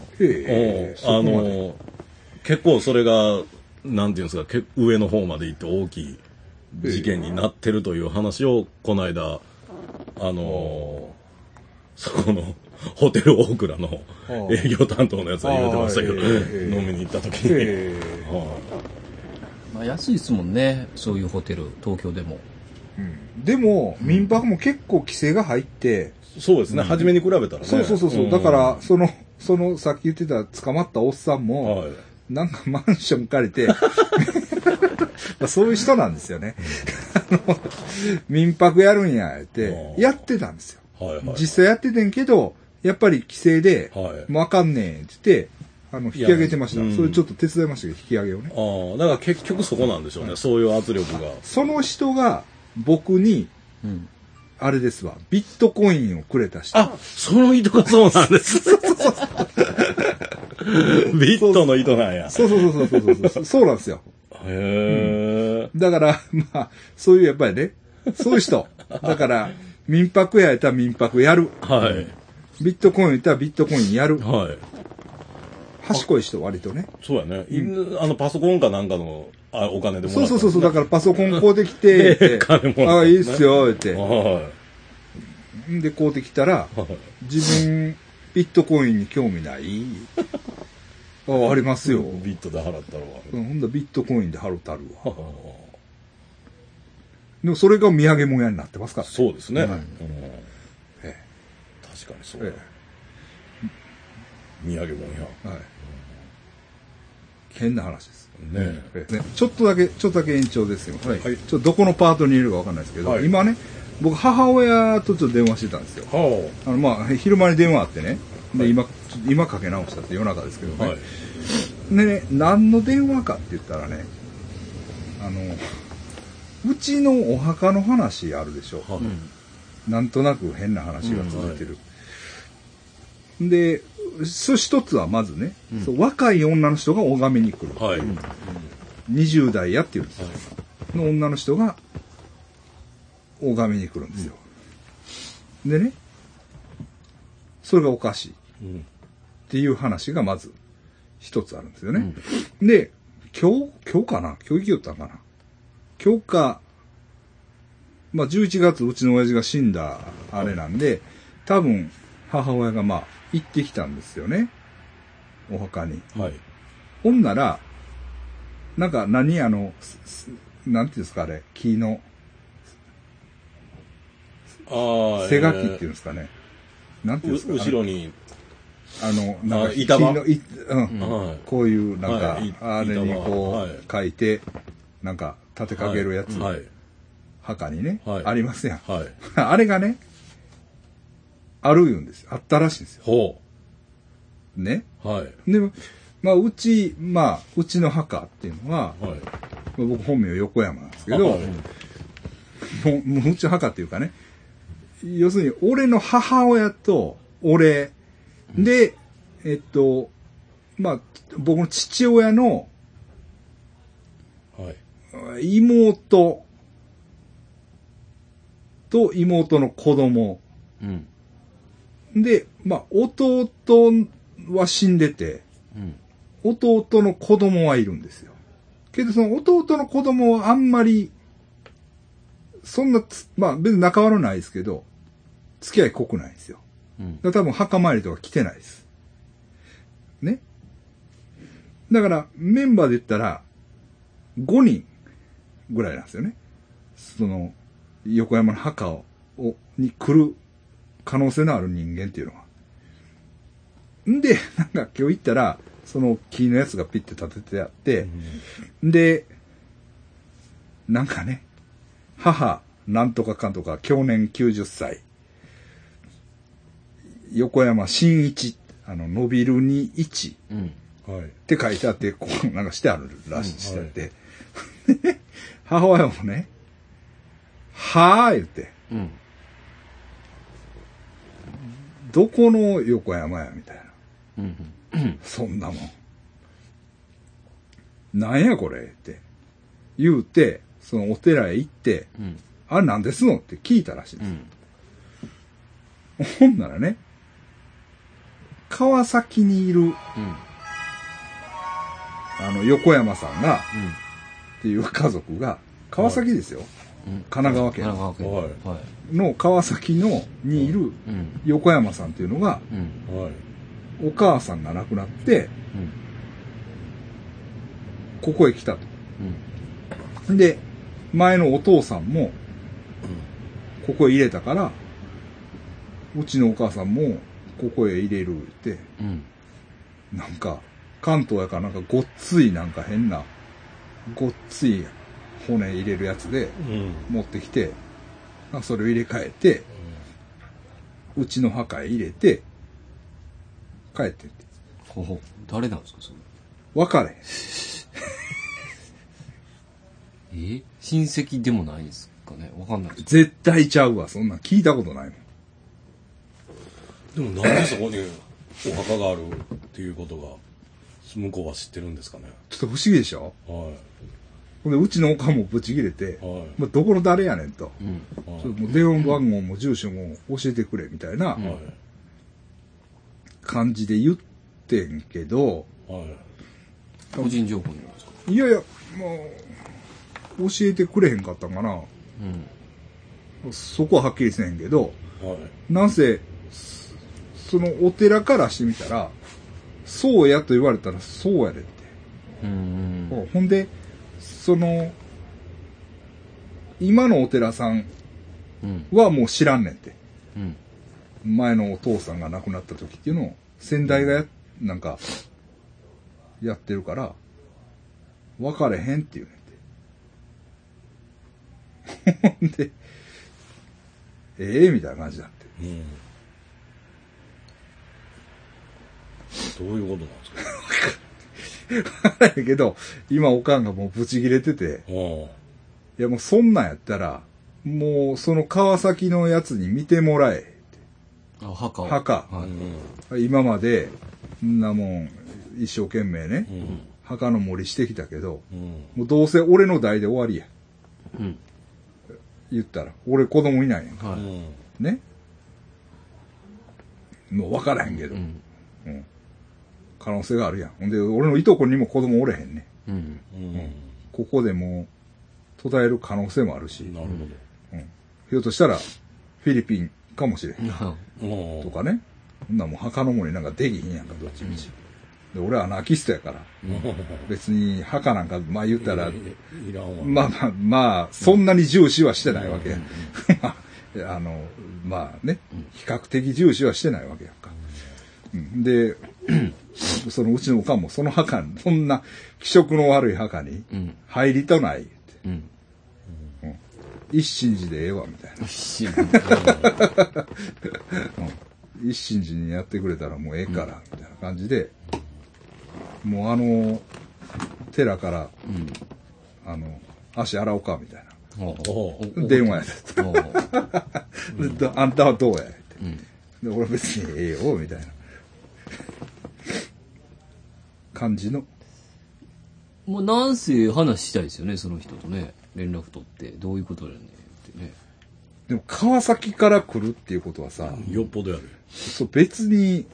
の結構それがなんていうんですか上の方まで行って大きい事件になってるという話をこの間あのそこのホテル大倉の営業担当のやつが言ってましたけど、飲みに行った時に、 まあ、安いですもんね、そういうホテル東京でも。 うん、でも、民泊も結構規制が入って、 うん、そうですね、うん、初めに比べたらね。 そうそうそうそう、うん、だから、その、その、さっき言ってた捕まったおっさんも、はい、なんかマンション借りて、まあそういう人なんですよね。あの民泊やるんや、って、やってたんですよ。 はいはい、 実際やっててんけど、やっぱり規制で、はい、もうあかんねんって言って、あの、引き上げてました。うん、それちょっと手伝いましたけど、引き上げをね。 ああ、だから結局そこなんでしょうね、はい、そういう圧力が。 その人が僕に、うん、あれですわ、ビットコインをくれた人。 あ、その人がそうなんです。ビットの人なんや。 そうそうそうそうそうそう。そうなんですよ。 へえ、 うん。だから、まあ、そういうやっぱりね、そういう人。だから、民泊やったら民泊やる。 はい。 ビットコインやったらビットコインやる。 はい。 賢い人割とね。 そうやね。うん、あの、パソコンかなんかのあお金でもらった、ね。 そうそうそうそう。だからパソコン買うてきて、 金もらった、ね。 ああ、いいっすよ、って。 はい。 で、買うてきたら、はい、自分、ビットコインに興味ないあ、ありますよ。 ビットで払ったろう。ほんだビットコインで払ったるわ。でもそれが土産物屋になってますから、 ね。そうですね。はい、うん、 ええ、 確かにそうだ、ええ。土産物屋。はい。 変な話です。 ねええね。ちょっとだけ、ちょっとだけ延長ですよ。はい。ちょっとどこのパートにいるかわかんないですけど、はい、今ね、僕母親とちょっと電話してたんですよ。はあ、あの、まあ、昼間に電話あってね。で、はい、今、今かけ直したって夜中ですけどね。はい、でね、何の電話かって言ったらね、あの、うちのお墓の話あるでしょ。はい、なんとなく変な話が続いてる。うん、はい、で、そ一つはまずね、うん、そう若い女の人が拝みに来る。はい、にじゅう代やっていうんですよ。はい、の女の人が拝みに来るんですよ。うん、でね、それがおかしい。うん、っていう話がまず一つあるんですよね。うん、で、今日、今日かな今日行きよったんかな今日か、まあじゅういちがつうちの親父が死んだあれなんで、多分母親がまあ行ってきたんですよね。お墓に。はい。ほんなら、なんか何あの、なんていうんですかあれ、木の、 あ背書きっていうんですかね。なんていうんですか後ろに。 あの、なんか、 板場のい、うん、はい、こういう、なんか、はい、あれにこう、書いて、なんか、立てかけるやつ、はい、墓にね、はい、ありますやん。はい、あれがね、ある言うんですよ。あったらしいんですよ。 ほう。ね。 はい。 で、まあ、うち、まあ、うちの墓っていうのは、はい、僕本名横山なんですけど、はい、もう、もううちの墓っていうかね、要するに、俺の母親と、俺、で、えっと、まあ、僕の父親の、はい、妹と妹の子供、うん、で、まあ、弟は死んでて、うん、弟の子供はいるんですよ。けど、その弟の子供はあんまり、そんな、まあ、別に仲悪ないですけど、付き合い濃くないんですよ。うん、だから多分墓参りとか来てないです。ね。だからメンバーで言ったらごにんぐらいなんですよね。その横山の墓をに来る可能性のある人間っていうのは。んで、なんか今日行ったらその木のやつがピッて立ててあって、うん、で、なんかね、母なんとかかんとか去年きゅうじゅっさい。横山真一、あの、伸びるにいち、うん、って書いてあって、こう、なんかしてあるらしい、してあって。はい、母親もね、はぁ言って、うん、どこの横山や、みたいな。うん、そんなもん。なんやこれって言うて、そのお寺へ行って、うん、あれなんですのって聞いたらしいんです。うん、ほんならね、川崎にいる、うん、あの、横山さんが、うん、っていう家族が、川崎ですよ。はい、神奈川県。神奈川県。の川崎の、にいる横山さんっていうのが、うんはい、お母さんが亡くなって、うん、ここへ来たと。うん、で、前のお父さんも、ここへ入れたから、うちのお母さんも、ここへ入れるって、うん、なんか関東やからなんかごっついなんか変なごっつい骨入れるやつで持ってきて、うん、それを入れ替えて、 うちの墓へ入れて、帰ってって。 ほほ。誰なんですか、それ。 分かれへん。 え親戚でもないんですかね、わかんないです。 絶対ちゃうわ、そんなん聞いたことないもん。でもなんでそこにお墓があるっていうことが、向こうは知ってるんですかね。 ちょっと不思議でしょ。 はい。 ほんで、うちのおかんもぶち切れて、 はい、 まあ、どこの誰やねんと。 うんはい、 ちょっともう電話番号も住所も教えてくれみたいなはい、 感じで言ってんけど、 はい、 個人情報になるんですか。 いやいや、もう、教えてくれへんかったんかな。 うん、 そこははっきりせへんけど、 はい、 なんせ、そのお寺からしてみたら、そうやと言われたらそうやでって。 うんうん、 ほんで、その、今のお寺さんはもう知らんねんって。うん、前のお父さんが亡くなった時っていうのを、先代がや、なんか、やってるから、分かれへんって言うねんって。ほんで、ええー、みたいな感じになって。 うん、どういうことなんですか。 だけど、今おかんがもうブチ切れてて、いやもうそんなんやったら、もうその川崎のやつに見てもらえって。 あ、墓を。 墓。はい、今まで、んなもん、一生懸命ね、うん、墓の森してきたけど、うん、もうどうせ俺の代で終わりや。うん、言ったら、俺子供いないやんか。はい、ね。もう分からへんけど。うんうん、可能性があるやん。ほんで、俺のいとこにも子供おれへんね。うんうん、ここでもう、途絶える可能性もあるし。なるほど。うん、ひょっとしたら、フィリピンかもしれへん。とかね。そんなもう墓の森なんかできひんやんか、どっちみち。で俺はアナキストやから。別に墓なんか、まあ言ったら、まあまあ、まあ、そんなに重視はしてないわけや。あの、まあね、比較的重視はしてないわけやんか。で、そのうちのおかんもその墓に、そんな気色の悪い墓に入りとないって、うんうん、一心寺でええわみたいな。一心寺、うん、一心寺にやってくれたらもうええから、うん、みたいな感じで、もうあの寺から、うん、あの足洗おうかみたいな電話やであんたはどうやって、うん、で俺は別にええよみたいな感じの。 もうなんせ話したいですよね、その人とね。連絡取ってどういうことだよねってね。 でも川崎から来るっていうことはさ、 よっぽどやる。 そう別に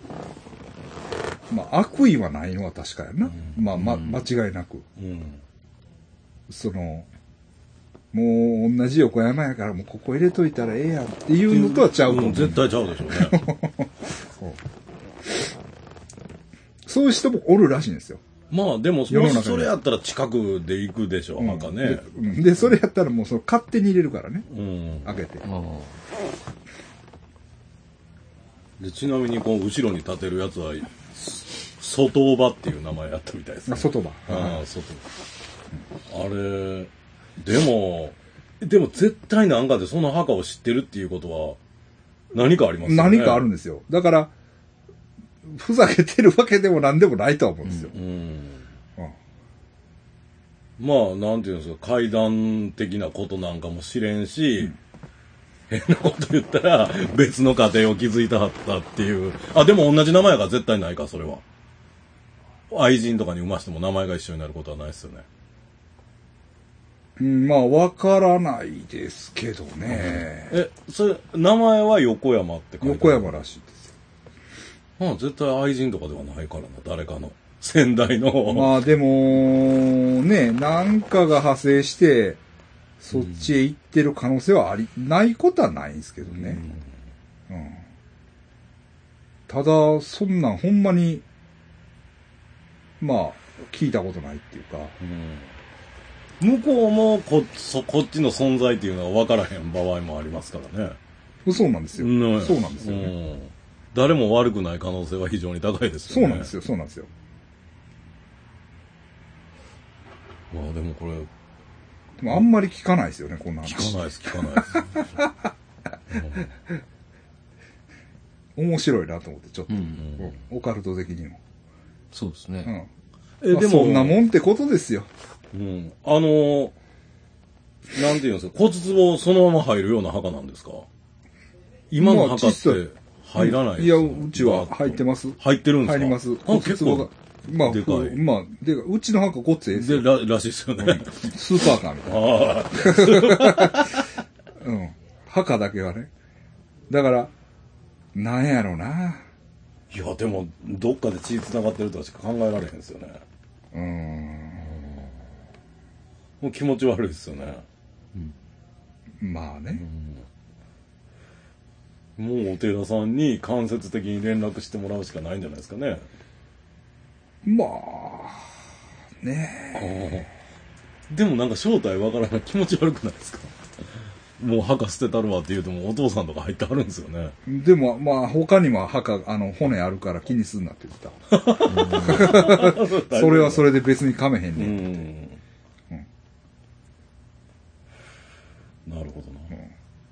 まあ悪意はないのは確かやな。うん、まあま、間違いなく。うん、そのもう同じ横山やからもうここ入れといたらええやんっていうのとはちゃうと思う。 うん、絶対ちゃうでしょうね。 そう。そういう人もおるらしいんですよ。 まあでも、もしそれやったら近くで行くでしょ、うん、墓ね。 で, で、それやったらもうその勝手に入れるからね。うん、開けて。 でちなみにこう後ろに立てるやつは外場っていう名前やったみたいですね。 外場。 ああ、外場。あれ、でも、でも絶対なんかでその墓を知ってるっていうことは何かありますよね。 何かあるんですよ。だから、ふざけてるわけでも何でもないとは思うんですよ。うんうんうん、まあ、なんていうんですか、怪談的なことなんかもしれんし、うん、変なこと言ったら別の家庭を築いたはったっていう。あ、でも同じ名前が絶対ないか、それは。愛人とかに産ましても名前が一緒になることはないですよね。 うん、まあ、わからないですけどね。 え、それ、名前は横山って書いてある。 横山らしいです。 まあ、絶対愛人とかではないからな、誰かの。先代の。 まあ、でも、ね、なんかが派生して、そっちへ行ってる可能性はあり、うん、ないことはないんですけどね。うんうん、ただ、そんなんほんまに、まあ、聞いたことないっていうか。 うん、向こうもこ、そ、こっちの存在っていうのは分からへん場合もありますからね。 そうなんですよ。うん、そうなんですよね、うん。 誰も悪くない可能性は非常に高いですよね。 そうなんですよ、そうなんですよ。 まあでもこれ。でもあんまり聞かないですよね、こんな話。 聞かないです、聞かないです。うん、 面白いなと思って、ちょっと、 うんうんオカルト的にも。 そうですね。 うん。え、まあ、でも、そんなもんってことですよ。 うん。あのー、なんていうんですか、骨壺そのまま入るような墓なんですか？今の墓って入らないですよ、ね、いや、うちは入ってます。 入ってるんですか？ 入ります。 骨壺が。 まあ、 でかい。 まあ、でうちの墓ごっつええですよ。 で、ら、らしいですよね。 スーパーカーみたいな。うん。墓だけはね。だから、なんやろうな。 いや、でも、どっかで血繋がってるとはしか考えられへんですよね。 うーん。 もう気持ち悪いですよね。 うん、まあね。 うん、もうお寺さんに間接的に連絡してもらうしかないんじゃないですかね。 まあ、ねえ。でもなんか正体わからない気持ち悪くないですか？もう墓捨てたるわって言うともお父さんとか入ってはるんですよね。 でもまあ他にも墓、あの骨あるから気にすんなって言ってた。それはそれで別に噛めへんねん。うんうん、なるほどな、うん。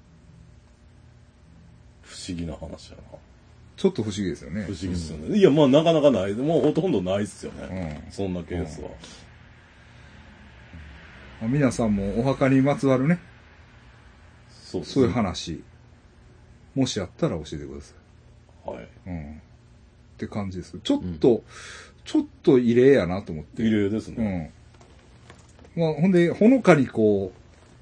不思議な話やな。 ちょっと不思議ですよね。 不思議ですよね。うん、いやまあなかなかない。もうほとんどないっすよね。うん、そんなケースは。 うん、皆さんもお墓にまつわるね。 そうですね。 そういう話、もしあったら教えてください。はい。 うん。って感じです。ちょっと、うん、ちょっと異例やなと思って。 異例ですね。 うん。まあ、ほんで、ほのかにこう、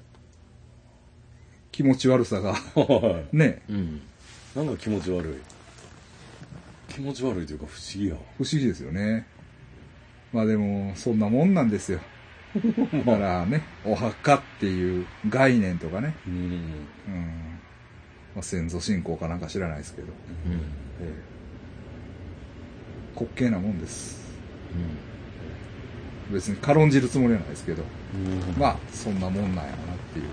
気持ち悪さが、ね、 うん。なんか気持ち悪い。気持ち悪いというか不思議や。 不思議ですよね。まあでも、そんなもんなんですよ。だからね、お墓っていう概念とかね、うん、うん、まあ、先祖信仰かなんか知らないですけど、うん、えー、滑稽なもんです、うん、別に軽んじるつもりはないですけど、うん、まあそんなもんなんやなっていうね、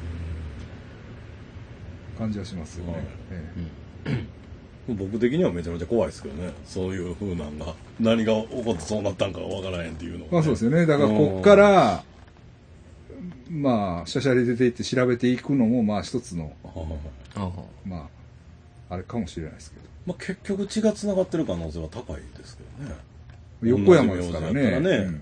感じはしますよね、はい、えー僕的にはめちゃめちゃ怖いですけどね。そういう風なんが何が起こってそうなったんかわからへんっていうのは、ね、 まあそうですよね。だからこっからまあしゃしゃり出ていって調べていくのもまあ一つのまああれかもしれないですけど。 まあ結局血が繋がってる可能性は高いですけどね。 横山ですからね。 らね、うんうん、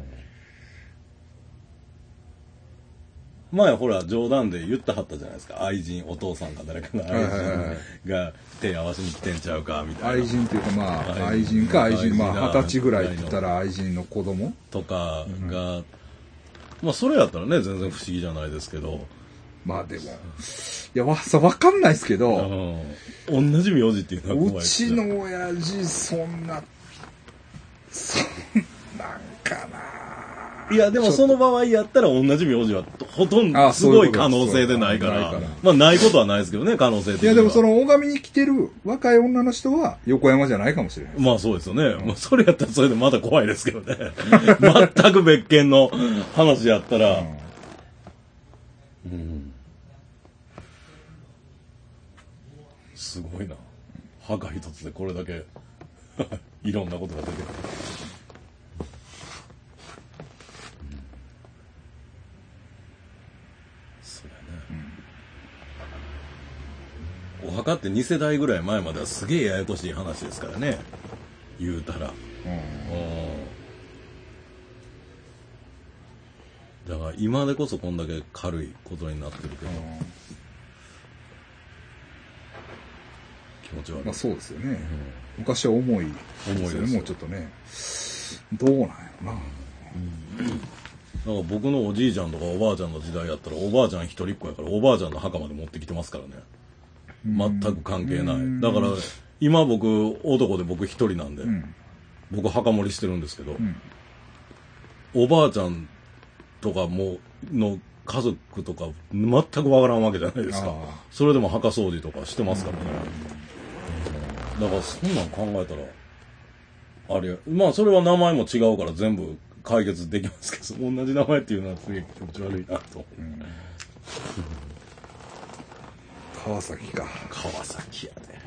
前ほら冗談で言ってはったじゃないですか。愛人、お父さんか誰かの愛人が手合わせに来てんちゃうかみたいな。 愛人っていうかまあ愛人か愛人、まあ二十歳ぐらいって言ったら愛人の子供とかが、うん、まあそれやったらね全然不思議じゃないですけど。 まあでも、いやわさわかんないですけど、 うん、同じ名字っていうのは怖いですね。うちの親父そんなそんなんかな。 いやでもその場合やったら同じ名字はほとんどすごい可能性でないから、まあないことはないですけどね、可能性的には。 いやでもその拝みに来てる若い女の人は横山じゃないかもしれない。 まあそうですよね。うん、まあそれやったらそれでまだ怖いですけどね。全く別件の話やったら、うんうん、すごいな。墓一つでこれだけいろんなことが出てくる。お墓ってに世代ぐらい前まではすげえややこしい話ですからね、言うたら、うん、だから今でこそこんだけ軽いことになってるけど、うん、気持ち悪い。 まあそうですよね、うん、昔は重いですよね。もうちょっとねどうなんやろな、 うん、だから僕のおじいちゃんとかおばあちゃんの時代やったらおばあちゃん一人っ子やからおばあちゃんの墓まで持ってきてますからね。全く関係ない。だから今僕男で僕一人なんで、うん、僕墓守りしてるんですけど、うん、おばあちゃんとかもの家族とか全くわからんわけじゃないですか。それでも墓掃除とかしてますからね、うん、だからそんなん考えたらあれまあそれは名前も違うから全部解決できますけど同じ名前っていうのはすげえ気持ち悪いなと、うん川崎か。 川崎やで。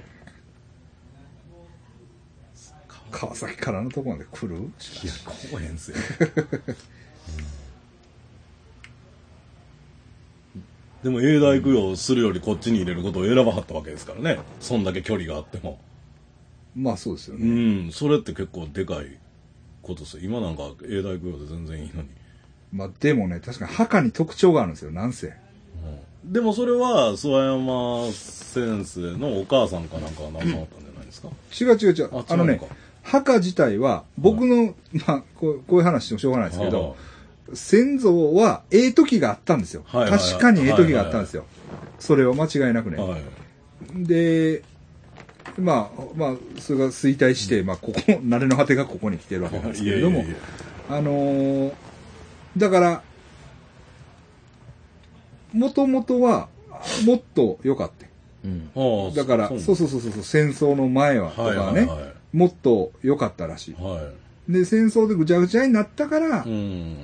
川崎からのとこまで来る？いや、来へんすよ。 でも永代供養するよりこっちに入れることを選ばはったわけですからね。そんだけ距離があっても。 まあそうですよね。 うん、それって結構でかいことですよ。今なんか永代供養で全然いいのに。 まあでもね、確かに墓に特徴があるんですよ、なんせ。 うん、でもそれは諏訪山先生のお母さんかなんかが亡くなったんじゃないですか。 違う違う違う。あ, あのね、墓自体は僕の、はい、まあこう、こういう話してもしょうがないですけど、先祖はええ時があったんですよ。はいはいはい、確かにええ時があったんですよ。はいはいはい、それは間違いなくね。はい、で、まあ、まあ、それが衰退して、うん、まあ、ここ、慣れの果てがここに来てるわけなんですけれども、いやいやいや、あのー、だから、もともとは、もっと良かった。うん、だから、そうそうそうそう、戦争の前は、とかね、はいはいはい、もっと良かったらしい。はい、で、戦争でぐちゃぐちゃになったから、うん、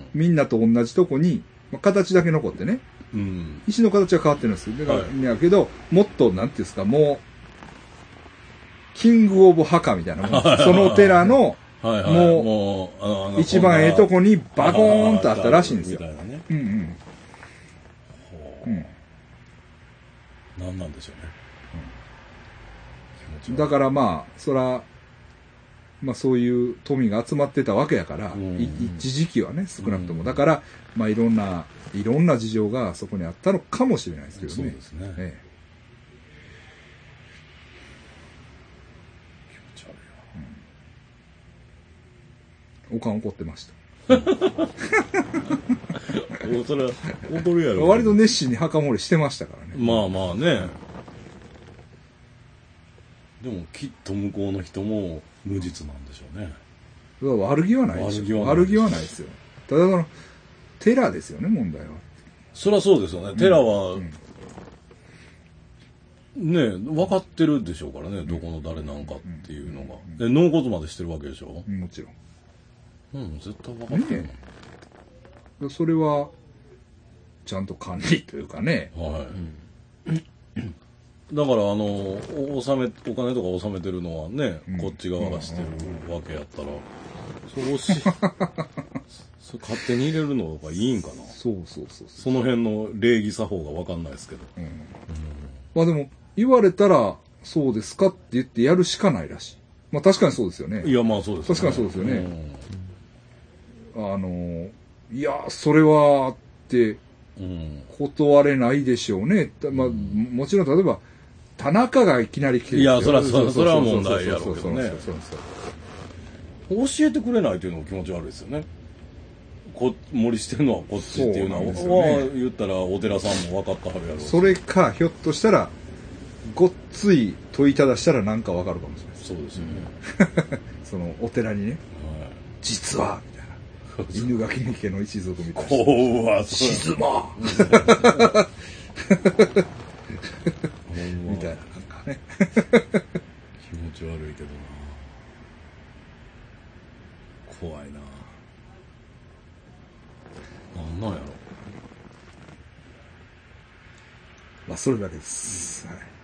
みんなと同じとこに、まあ、形だけ残ってね、うん、石の形は変わってるんですよ。だから、はい、やけど、もっと、なんていうんですか、もう、キングオブ墓みたいなもん。その寺の、はいはい、もう、もう一番ええとこにバコーンとあったらしいんですよ。みたいなね。うんうん。 うん。何なんでしょうね。 うん、だからまあ、そら、まあそういう富が集まってたわけやから、うんうん、一時期はね、少なくとも。だから、まあいろんな、いろんな事情がそこにあったのかもしれないですけどね。そうですね。ええ、おかん怒ってました。 それは怒るやろ。 割と熱心に墓守りしてましたからね。 まあまあね。でもきっと向こうの人も無実なんでしょうね。 悪気はないでしょ。悪気はないですよ。ただその寺ですよね、問題は。 そりゃそうですよね。寺は、うんうん、ね分かってるでしょうからね、どこの誰なんかっていうのが。で納骨までしてるわけでしょ。 もちろん。 うん、絶対分かってる、ね、 それはちゃんと管理というかね。はい。 うん、だからあの納めお金とか納めてるのはね、うん、こっち側がしてるわけやったら、そうしそれ勝手に入れるのがいいんかな。 そうそうそうそう。 その辺の礼儀作法が分かんないですけど。うんうん、 まあでも言われたらそうですかって言ってやるしかないらしい。まあ確かにそうですよね。 いやまあそうですよね。確かにそうですよね。うん、あのいやそれはって断れないでしょうね。うん、まあもちろん例えば田中がいきなり来てる。 いやそれはそれは問題やろうけどね。教えてくれないというのも気持ち悪いですよね。こ森してるのはこっちっていうのは、ね、言ったらお寺さんも分かったはずやろう。 それかひょっとしたらごっつい問いただしたら何か分かるかもしれない。 そうですよね。 そのお寺にね、はい、実はみたいな犬垣家の一族みたいな。 こうは沈まみたいななんかね。 気持ち悪いけどな。怖いな。なんなんやろ。 まあそれだけです。はい。